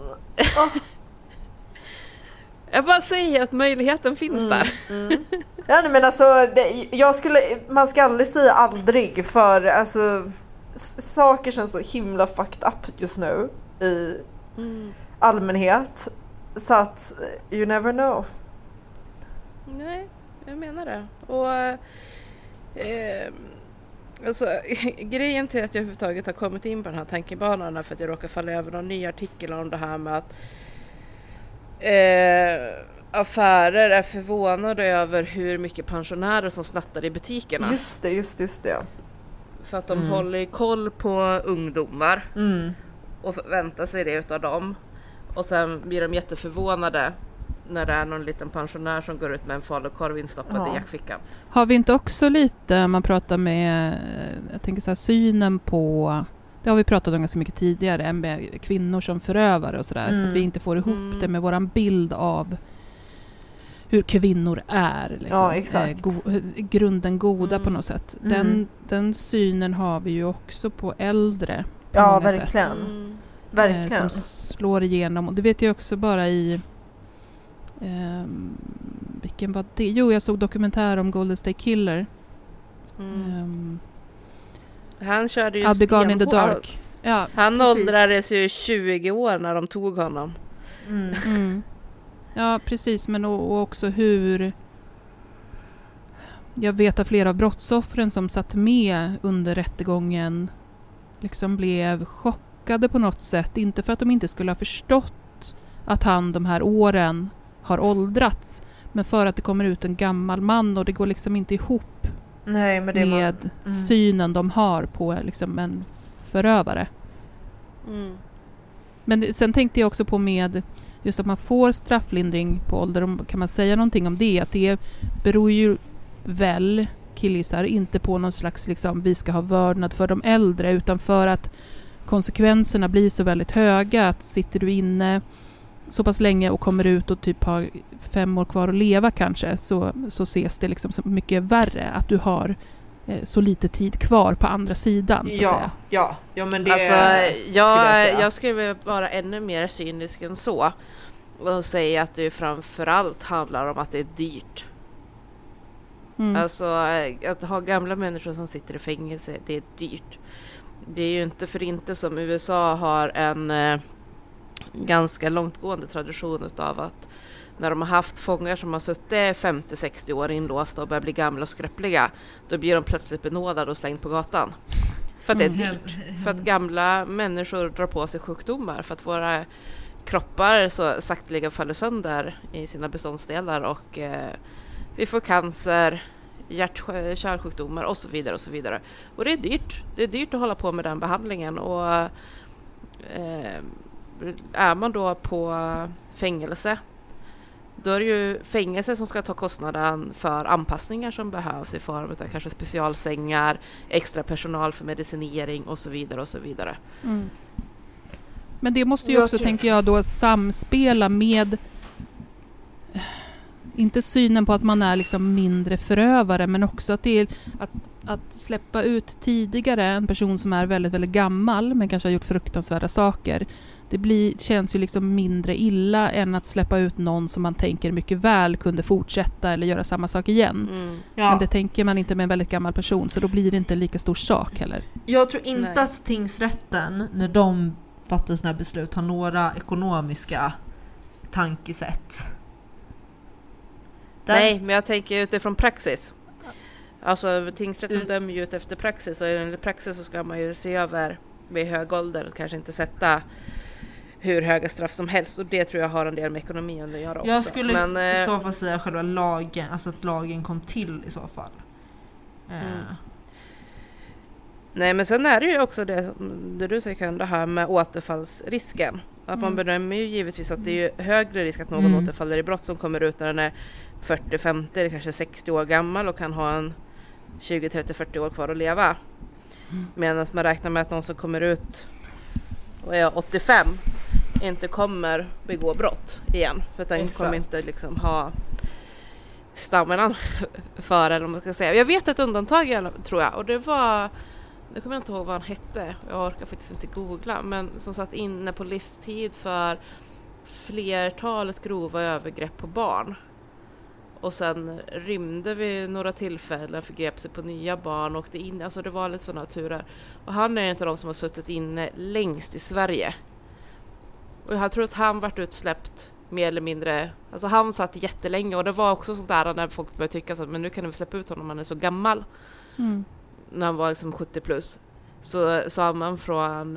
Jag bara säger att möjligheten finns där. Ja, men alltså, man ska aldrig säga aldrig, för alltså, saker känns så himla fucked up just nu i allmänhet. Så att you never know. Nej, jag menar det. Och alltså, grejen till att jag överhuvudtaget har kommit in på den här tankebanan är för att jag råkar falla över någon ny artikel om det här med att affärer är förvånade över hur mycket pensionärer som snattar i butikerna. Just det. För att de håller koll på ungdomar och förväntar sig det utav dem. Och sen blir de jätteförvånade när det är någon liten pensionär som går ut med en falukorv instoppad i jackfickan. Har vi inte också lite, man pratar med, jag tänker så här, synen på, det har vi pratat om ganska mycket tidigare, med kvinnor som förövare och sådär. Att vi inte får ihop det med våran bild av hur kvinnor är. Liksom. Ja, exakt. Grunden goda på något sätt. Den synen har vi ju också på äldre. På ja, verkligen. Verkligen. Som slår igenom. Och det vet jag också bara i vilken var det? Jo, jag såg dokumentär om Golden State Killer. Han körde ju I'll be gone in the dark. Ja, han åldrades ju 20 år när de tog honom. Ja, precis. Men och också hur jag vet att flera av brottsoffren som satt med under rättegången liksom blev chockade på något sätt. Inte för att de inte skulle ha förstått att han de här åren har åldrats, men för att det kommer ut en gammal man och det går liksom inte ihop. Nej, men det med synen de har på liksom en förövare. Men sen tänkte jag också på med just att man får strafflindring på ålder. Kan man säga någonting om det? Att det beror ju väl, killgissar, inte på någon slags liksom, vi ska ha vördnad för de äldre, utan för att konsekvenserna blir så väldigt höga. Att sitter du inne så pass länge och kommer ut och typ har 5 år kvar att leva kanske, så ses det liksom så mycket värre att du har så lite tid kvar på andra sidan, så att säga. Ja, men det alltså, jag skulle vara ännu mer cynisk än så och säga att det framförallt handlar om att det är dyrt. Alltså att ha gamla människor som sitter i fängelse, det är dyrt. Det är ju inte för inte som USA har en ganska långtgående tradition utav att när de har haft fångar som har suttit 50-60 år inlåsta och börjar bli gamla och skröpliga, då blir de plötsligt benådade och slängd på gatan. För att det är dyrt. För att gamla människor drar på sig sjukdomar, för att våra kroppar så sakteliga faller sönder i sina beståndsdelar och vi får cancer, hjärt-kärlsjukdomar och så vidare och så vidare. Och det är dyrt. Det är dyrt att hålla på med den behandlingen, och är man då på fängelse, då är det ju fängelse som ska ta kostnaden för anpassningar som behövs i form av kanske specialsängar, extra personal för medicinering och så vidare och så vidare. Men det måste ju också, tänker jag, då samspela med inte synen på att man är liksom mindre förövare, men också att det är att släppa ut tidigare en person som är väldigt, väldigt gammal men kanske har gjort fruktansvärda saker. Det känns ju liksom mindre illa än att släppa ut någon som man tänker mycket väl kunde fortsätta eller göra samma sak igen. Men det tänker man inte med en väldigt gammal person, så då blir det inte en lika stor sak heller. Jag tror inte att tingsrätten, när de fattar sådana här beslut, har några ekonomiska tankesätt. Nej, men jag tänker utifrån praxis. Alltså tingsrätten dömer ju ut efter praxis, och enligt praxis så ska man ju se över vid hög ålder och kanske inte sätta hur höga straff som helst, och det tror jag har en del med ekonomi att göra också. Jag skulle i så fall säga själva lagen, alltså att lagen kom till i så fall. Nej, men sen är det ju också det du säger, det här med återfallsrisken. Att man bedömer ju givetvis att det är ju högre risk att någon återfaller i brott som kommer ut när den är 40, 50 eller kanske 60 år gammal och kan ha en 20, 30, 40 år kvar att leva. Medan man räknar med att någon som kommer ut och är 85 inte kommer begå brott igen. För att den kommer inte liksom ha stammen för, eller vad man ska säga. Jag vet ett undantag, tror jag, och det var, jag kommer inte ihåg vad han hette, jag orkar faktiskt inte googla, men som satt inne på livstid för flertalet grova övergrepp på barn. Och sen rymde vi några tillfällen, förgrep sig på nya barn och åkte in, alltså det var lite sådana turer. Och han är inte de som har suttit inne längst i Sverige. Och jag tror att han varit utsläppt mer eller mindre, alltså han satt jättelänge, och det var också sånt där när folk började tycka så att men nu kan vi släppa ut honom, han är så gammal. När han var liksom 70 plus. Så sa man från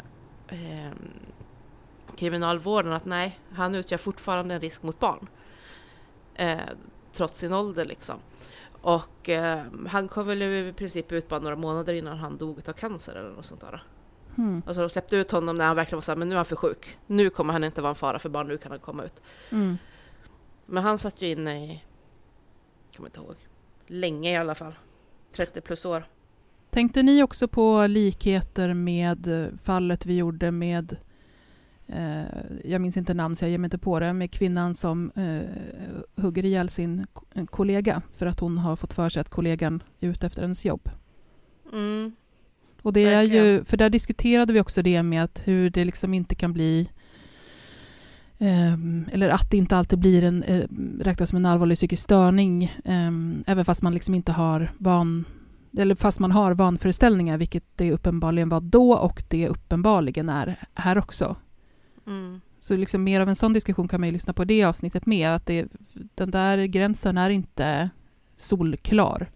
kriminalvården att nej, han utgör fortfarande en risk mot barn. Trots sin ålder liksom. Och han kom väl i princip ut bara några månader innan han dog av cancer eller något sånt där. Alltså de släppte ut honom när han verkligen var så här, men nu är han för sjuk. Nu kommer han inte vara en fara för barn, nu kan han komma ut. Men han satt ju inne i, jag kommer inte ihåg, länge i alla fall. 30 plus år. Tänkte ni också på likheter med fallet vi gjorde med, jag minns inte namn så jag ger mig inte på det, med kvinnan som hugger ihjäl sin kollega för att hon har fått för sig att kollegan är ute efter hennes jobb. Och det är ju, för där diskuterade vi också det med att hur det liksom inte kan bli, eller att det inte alltid blir räknas som en allvarlig psykisk störning, även fast man liksom inte har eller fast man har vanföreställningar, vilket det uppenbarligen var då och det uppenbarligen är här också. Så liksom mer av en sån diskussion kan man ju lyssna på det avsnittet med, att den där gränsen är inte solklar.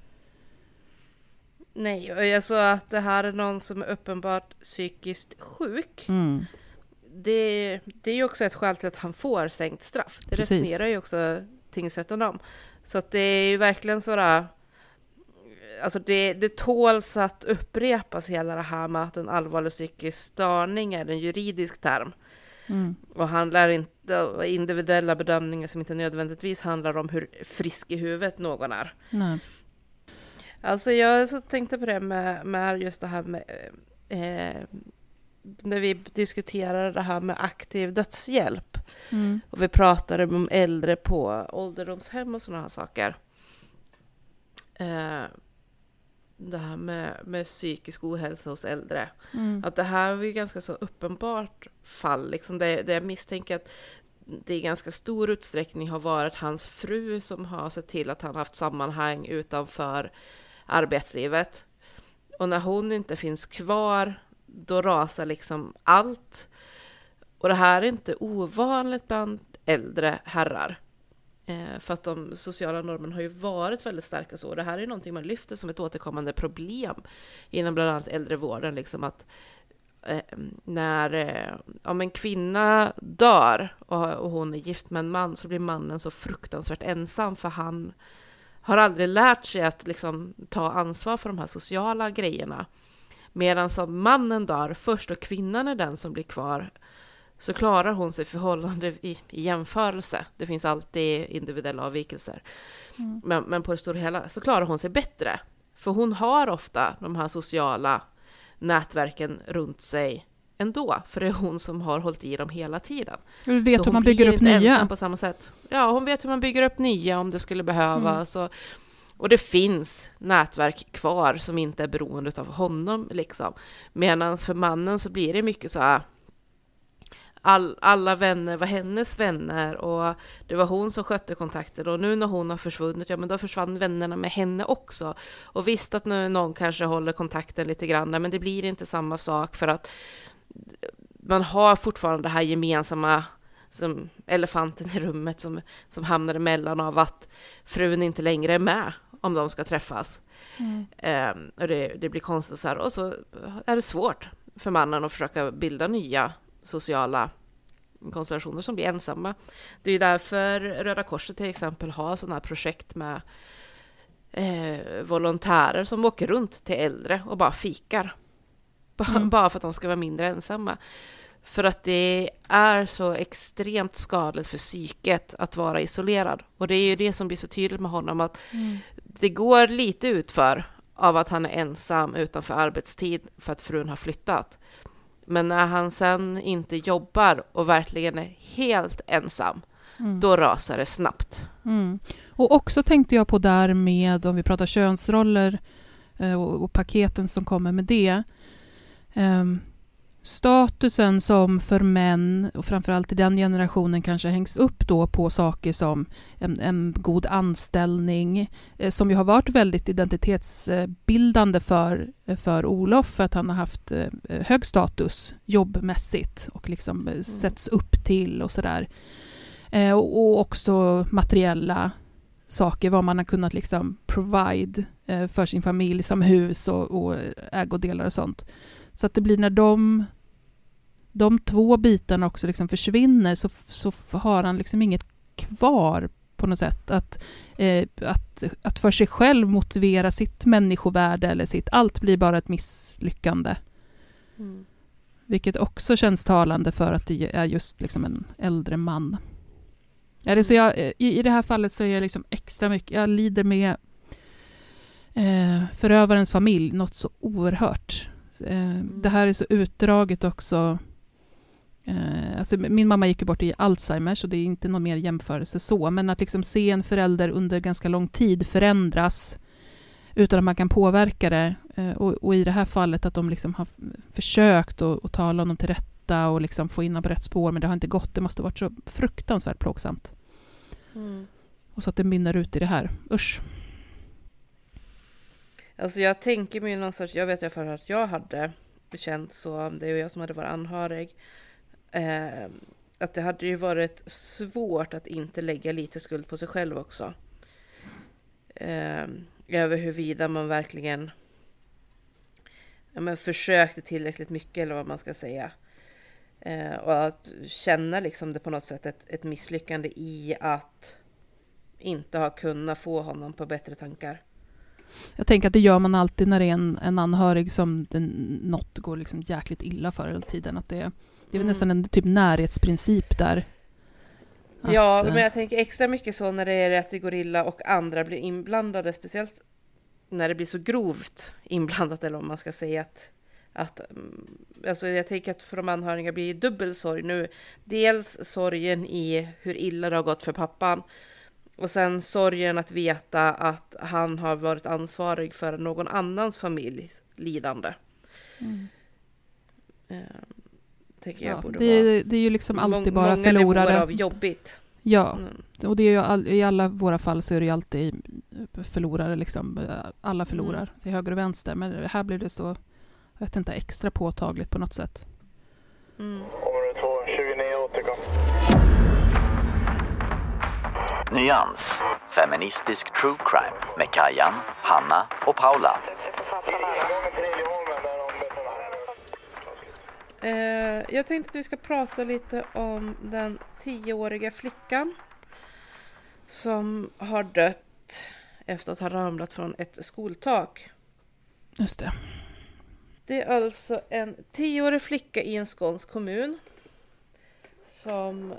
Nej, alltså att det här är någon som är uppenbart psykiskt sjuk. Det är ju också ett skäl till att han får sänkt straff. Det resonerar ju också tingsrätten om. Så att det är ju verkligen sådär, alltså det tåls att upprepas hela det här med att en allvarlig psykisk störning är en juridisk term. Och handlar inte om individuella bedömningar som inte nödvändigtvis handlar om hur frisk i huvudet någon är. Nej. Alltså jag så tänkte på det med just det här med när vi diskuterade det här med aktiv dödshjälp. Och vi pratade om äldre på ålderdomshem och sådana här saker. Det här med psykisk ohälsa hos äldre. Att det här var ju ganska så uppenbart fall. Liksom det jag misstänker att det i ganska stor utsträckning har varit hans fru som har sett till att han haft sammanhang utanför arbetslivet. Och när hon inte finns kvar, då rasar liksom allt. Och det här är inte ovanligt bland äldre herrar. För att de sociala normerna har ju varit väldigt starka så. Det här är någonting man lyfter som ett återkommande problem inom bland annat äldrevården. Liksom att när om en kvinna dör och hon är gift med en man, så blir mannen så fruktansvärt ensam, för han har aldrig lärt sig att liksom ta ansvar för de här sociala grejerna. Medan som mannen dör först och kvinnan är den som blir kvar, så klarar hon sig förhållande i jämförelse. Det finns alltid individuella avvikelser. Men på det stora hela så klarar hon sig bättre. För hon har ofta de här sociala nätverken runt sig ändå. För det är hon som har hållit i dem hela tiden. Du vet hur man bygger upp nya. På samma sätt. Ja, hon vet hur man bygger upp nya om det skulle behövas. Och det finns nätverk kvar som inte är beroende av honom. Liksom. Medan för mannen så blir det mycket så här. Alla vänner var hennes vänner och det var hon som skötte kontakter, och nu när hon har försvunnit, ja men då försvann vännerna med henne också. Och visst att nu någon kanske håller kontakten lite grann, men det blir inte samma sak, för att man har fortfarande det här gemensamma som elefanten i rummet som hamnar emellan av att frun inte längre är med om de ska träffas. Och det blir konstigt så här. Och så är det svårt för mannen att försöka bilda nya sociala konstellationer som blir ensamma. Det är ju därför Röda Korset till exempel har sådana här projekt med volontärer som åker runt till äldre och bara fikar. Bara för att de ska vara mindre ensamma. För att det är så extremt skadligt för psyket att vara isolerad. Och det är ju det som blir så tydligt med honom, att det går lite utför av att han är ensam utanför arbetstid för att frun har flyttat. Men när han sen inte jobbar och verkligen är helt ensam, då rasar det snabbt. Och också tänkte jag på där med, om vi pratar könsroller och paketen som kommer med det. Statusen som för män, och framförallt i den generationen, kanske hängs upp då på saker som en god anställning, som ju har varit väldigt identitetsbildande för Olof, för att han har haft hög status jobbmässigt och liksom sätts upp till och sådär. Och också materiella saker, vad man har kunnat liksom provide för sin familj, som hus och ägodelar och sånt. Så att det blir när de två bitarna också liksom försvinner, så har han liksom inget kvar på något sätt att för sig själv motivera sitt människovärde eller sitt, allt blir bara ett misslyckande. Vilket också känns talande för att det är just liksom en äldre man. Ja, det, så i det här fallet så är jag liksom extra mycket, jag lider med förövarens familj, något så oerhört. Det här är så utdraget också. Alltså min mamma gick ju bort i Alzheimer, så det är inte någon mer jämförelse så, men att liksom se en förälder under ganska lång tid förändras utan att man kan påverka det, och i det här fallet att de liksom har försökt att tala honom till rätta och liksom få in honom på rätt spår, men det har inte gått. Det måste ha varit så fruktansvärt plågsamt. Och så att det mynnar ut i det här. Usch. Alltså jag tänker mig någonstans, jag vet i alla fall att jag hade känt så, det är ju jag som hade varit anhörig, att det hade ju varit svårt att inte lägga lite skuld på sig själv också. Över huruvida man verkligen försökte tillräckligt mycket, eller vad man ska säga. Och att känna liksom det på något sätt ett misslyckande i att inte ha kunnat få honom på bättre tankar. Jag tänker att det gör man alltid när det är en anhörig som något går liksom jäkligt illa för hela tiden. Att det är väl nästan en typ närhetsprincip där. Ja, men jag tänker extra mycket så när det är att det går illa och andra blir inblandade. Speciellt när det blir så grovt inblandat, eller om man ska säga att alltså jag tänker att för de anhöriga blir dubbel sorg nu. Dels sorgen i hur illa det har gått för pappan. Och sen sorgen att veta att han har varit ansvarig för någon annans familjs lidande. Tänker jag borde det är ju liksom alltid bara många förlorare. nivåer av jobbigt. Ja, och det är ju i alla våra fall så är det ju alltid förlorare. Liksom. Alla förlorar till höger och vänster. Men här blir det så, jag vet inte, extra påtagligt på något sätt. Område 2, 29 återkom. Nyans. Feministisk true crime med Kajan, Hanna och Paula. Jag tänkte att vi ska prata lite om den 10-åriga flickan som har dött efter att ha ramlat från ett skoltak. Just det. Det är alltså en 10-årig flicka i en skånsk kommun som,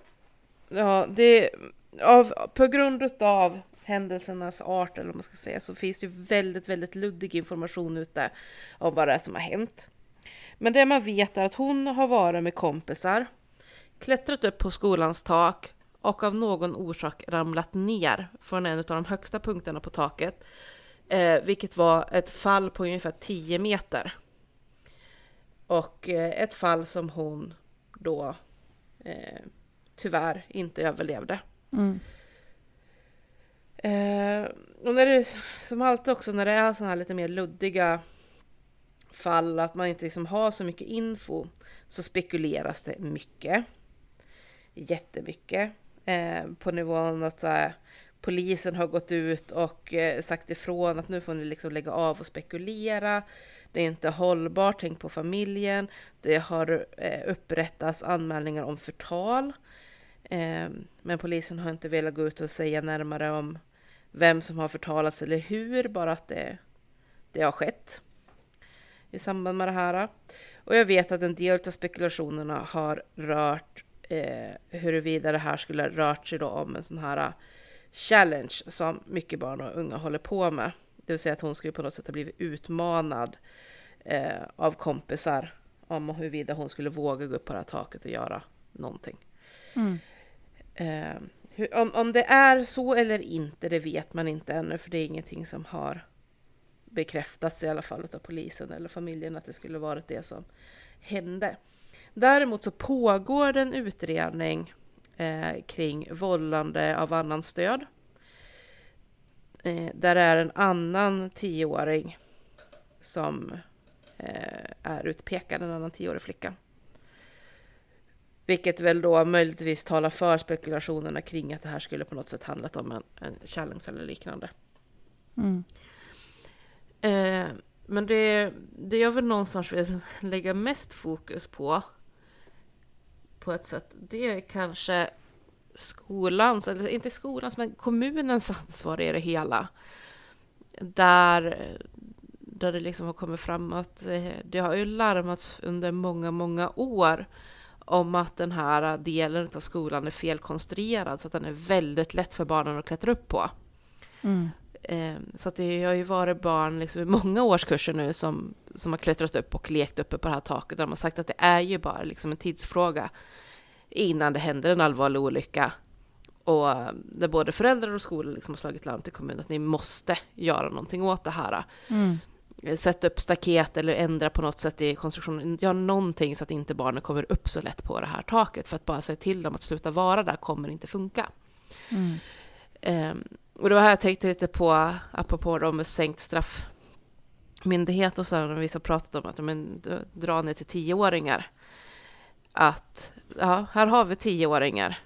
på grund av händelsernas art, eller vad man ska säga, så finns det ju väldigt, väldigt luddig information ute om vad det är som har hänt. Men det man vet är att hon har varit med kompisar, klättrat upp på skolans tak och av någon orsak ramlat ner från en av de högsta punkterna på taket, vilket var ett fall på ungefär 10 meter. Och ett fall som hon då tyvärr inte överlevde. Och när det, som alltid också när det är sådana här lite mer luddiga fall, att man inte liksom har så mycket info, så spekuleras det mycket. Jättemycket. På nivån att så här, polisen har gått ut och sagt ifrån att nu får ni liksom lägga av och spekulera. Det är inte hållbart, tänk på familjen. Det har upprättats anmälningar om förtal. Men polisen har inte velat gå ut och säga närmare om vem som har förtalats eller hur, bara att det har skett i samband med det här. Och jag vet att en del av spekulationerna har rört huruvida det här skulle rört sig då om en sån här challenge som mycket barn och unga håller på med. Det vill säga att hon skulle på något sätt ha blivit utmanad av kompisar om huruvida hon skulle våga gå upp på det här taket och göra någonting. Om det är så eller inte, det vet man inte ännu, för det är ingenting som har bekräftats i alla fall av polisen eller familjen att det skulle varit det som hände. Däremot så pågår det en utredning kring vållande av annan stöd. Där är en annan 10-åring som är utpekad, en annan 10-årig flicka. Vilket väl då möjligtvis talar för spekulationerna kring att det här skulle på något sätt handlat om en challenge eller liknande. Men det jag väl någonstans vill lägga mest fokus på ett sätt, det är kanske skolans, eller inte skolans, men kommunens ansvar i det hela. Där det liksom har kommit fram att det har ju larmats under många år om att den här delen av skolan är felkonstruerad, så att den är väldigt lätt för barnen att klättra upp på. Så att det har ju varit barn liksom i många årskurser nu som har klättrat upp och lekt uppe på det här taket. De har sagt att det är ju bara liksom en tidsfråga innan det händer en allvarlig olycka. Och där både föräldrar och skolor liksom har slagit larm till kommunen att ni måste göra någonting åt det här. Sätta upp staket eller ändra på något sätt i konstruktionen. Gör någonting så att inte barnen kommer upp så lätt på det här taket. För att bara säga till dem att sluta vara där kommer inte funka. Och då har jag tänkt lite på, apropå dem med sänkt straffmyndighet och så, när vi har pratat om att dra ner till 10-åringar. Att, ja, här har vi 10-åringar.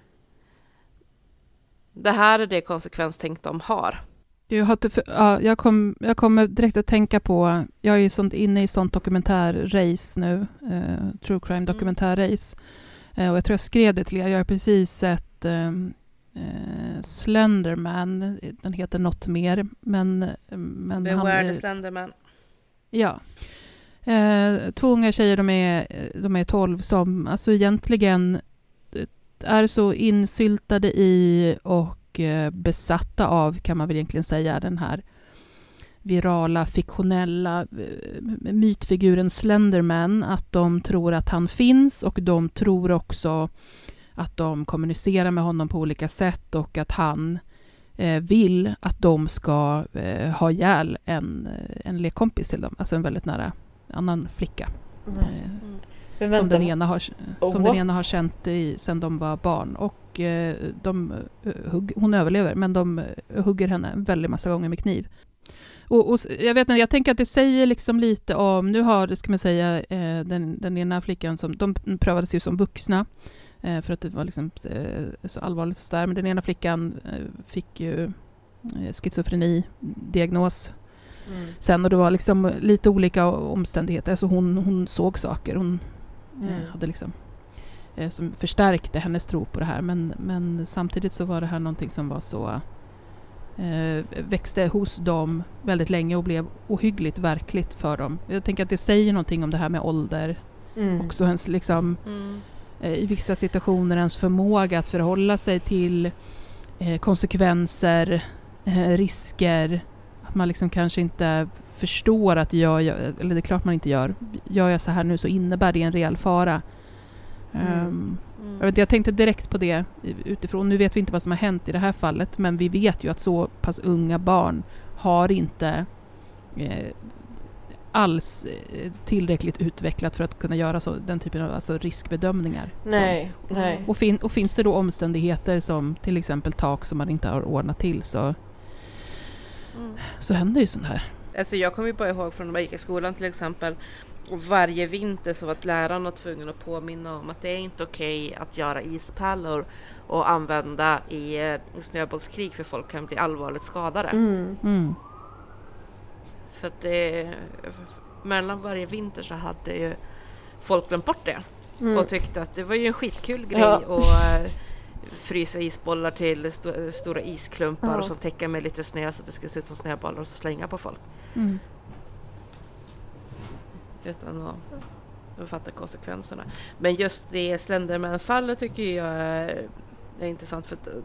Det här är det konsekvenstänk de har. Jag kommer direkt att tänka på, jag är ju inne i sånt dokumentärrace nu, true crime dokumentärrace. Och jag tror jag skrev det till er, jag har precis sett Slenderman, den heter något mer, men Beware the Slenderman. Ja. 2 unga tjejer, de är 12, som alltså egentligen är så insyltade i och besatta av, kan man väl egentligen säga, den här virala, fiktionella mytfiguren Slenderman, att de tror att han finns, och de tror också att de kommunicerar med honom på olika sätt, och att han vill att de ska ha ihjäl en lekkompis till dem, alltså en väldigt nära annan flicka. Som den ena har känt sedan de var barn, och hon överlever, men de hugger henne en väldigt massa gånger med kniv. Och jag tänker att det säger liksom lite om, nu har, ska man säga, den ena flickan, som de prövades ju som vuxna för att det var liksom så allvarligt där, men den ena flickan fick ju schizofreni-diagnos sen, och det var liksom lite olika omständigheter, så hon såg saker, hon hade liksom som förstärkte hennes tro på det här, men samtidigt så var det här någonting som var så växte hos dem väldigt länge och blev ohyggligt verkligt för dem. Jag tänker att det säger någonting om det här med ålder, också ens liksom i vissa situationer ens förmåga att förhålla sig till konsekvenser, risker, att man liksom kanske inte förstår att eller det är klart man inte gör jag så här nu så innebär det en reell fara. Jag tänkte direkt på det utifrån, nu vet vi inte vad som har hänt i det här fallet, men vi vet ju att så pass unga barn har inte alls tillräckligt utvecklat för att kunna göra den typen av riskbedömningar. Nej. Och finns det då omständigheter som till exempel tak som man inte har ordnat till, så händer ju sånt här. Alltså jag kommer ju bara ihåg från när jag gick i skolan till exempel, och varje vinter så var lärarna tvungen att påminna om att det är inte okej att göra ispallor och använda i snöbollskrig för folk kan bli allvarligt skadade. För att mellan varje vinter så hade ju folk glömt bort det och tyckte att det var ju en skitkul grej att frysa isbollar till stora isklumpar och så täcka med lite snö så att det skulle se ut som snöbollar och så slänga på folk. Utan att fatta konsekvenserna. Men just det Slenderman-fallet tycker jag är intressant för att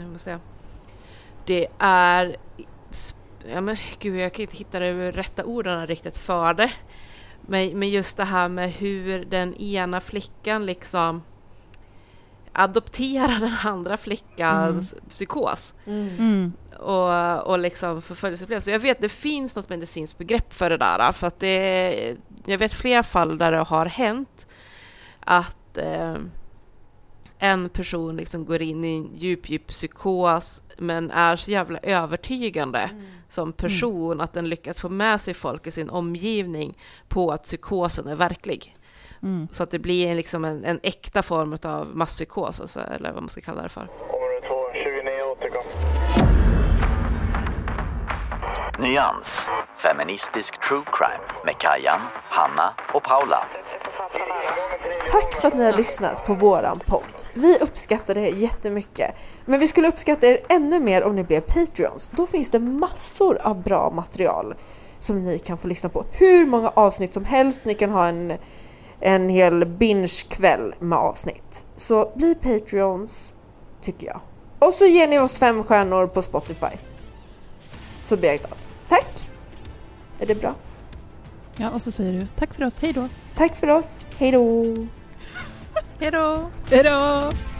det är jag kan inte hitta det rätta orden riktigt för det. Men just det här med hur den ena flickan liksom adopterar den andra flickans psykos. Och liksom förföljelseupplevelse. Jag vet det finns något medicinskt begrepp för det där. För att jag vet flera fall där det har hänt att en person liksom går in i en djup psykos men är så jävla övertygande som person att den lyckas få med sig folk i sin omgivning på att psykosen är verklig. Så att det blir liksom en äkta form av masspsykos alltså, eller vad man ska kalla det för. Område 2, 29 återkom. Nyans. Feministisk true crime med Kajan, Hanna och Paula. Tack för att ni har lyssnat på våran podd. Vi uppskattar det jättemycket. Men vi skulle uppskatta er ännu mer om ni blev Patreons. Då finns det massor av bra material som ni kan få lyssna på. Hur många avsnitt som helst. Ni kan ha en hel binge-kväll med avsnitt. Så bli Patreons, tycker jag. Och så ger ni oss 5 stjärnor på Spotify. Så blir jag glad. Tack! Är det bra? Ja, och så säger du tack för oss, hej då. Tack för oss, hej då! Hej då! Hej då!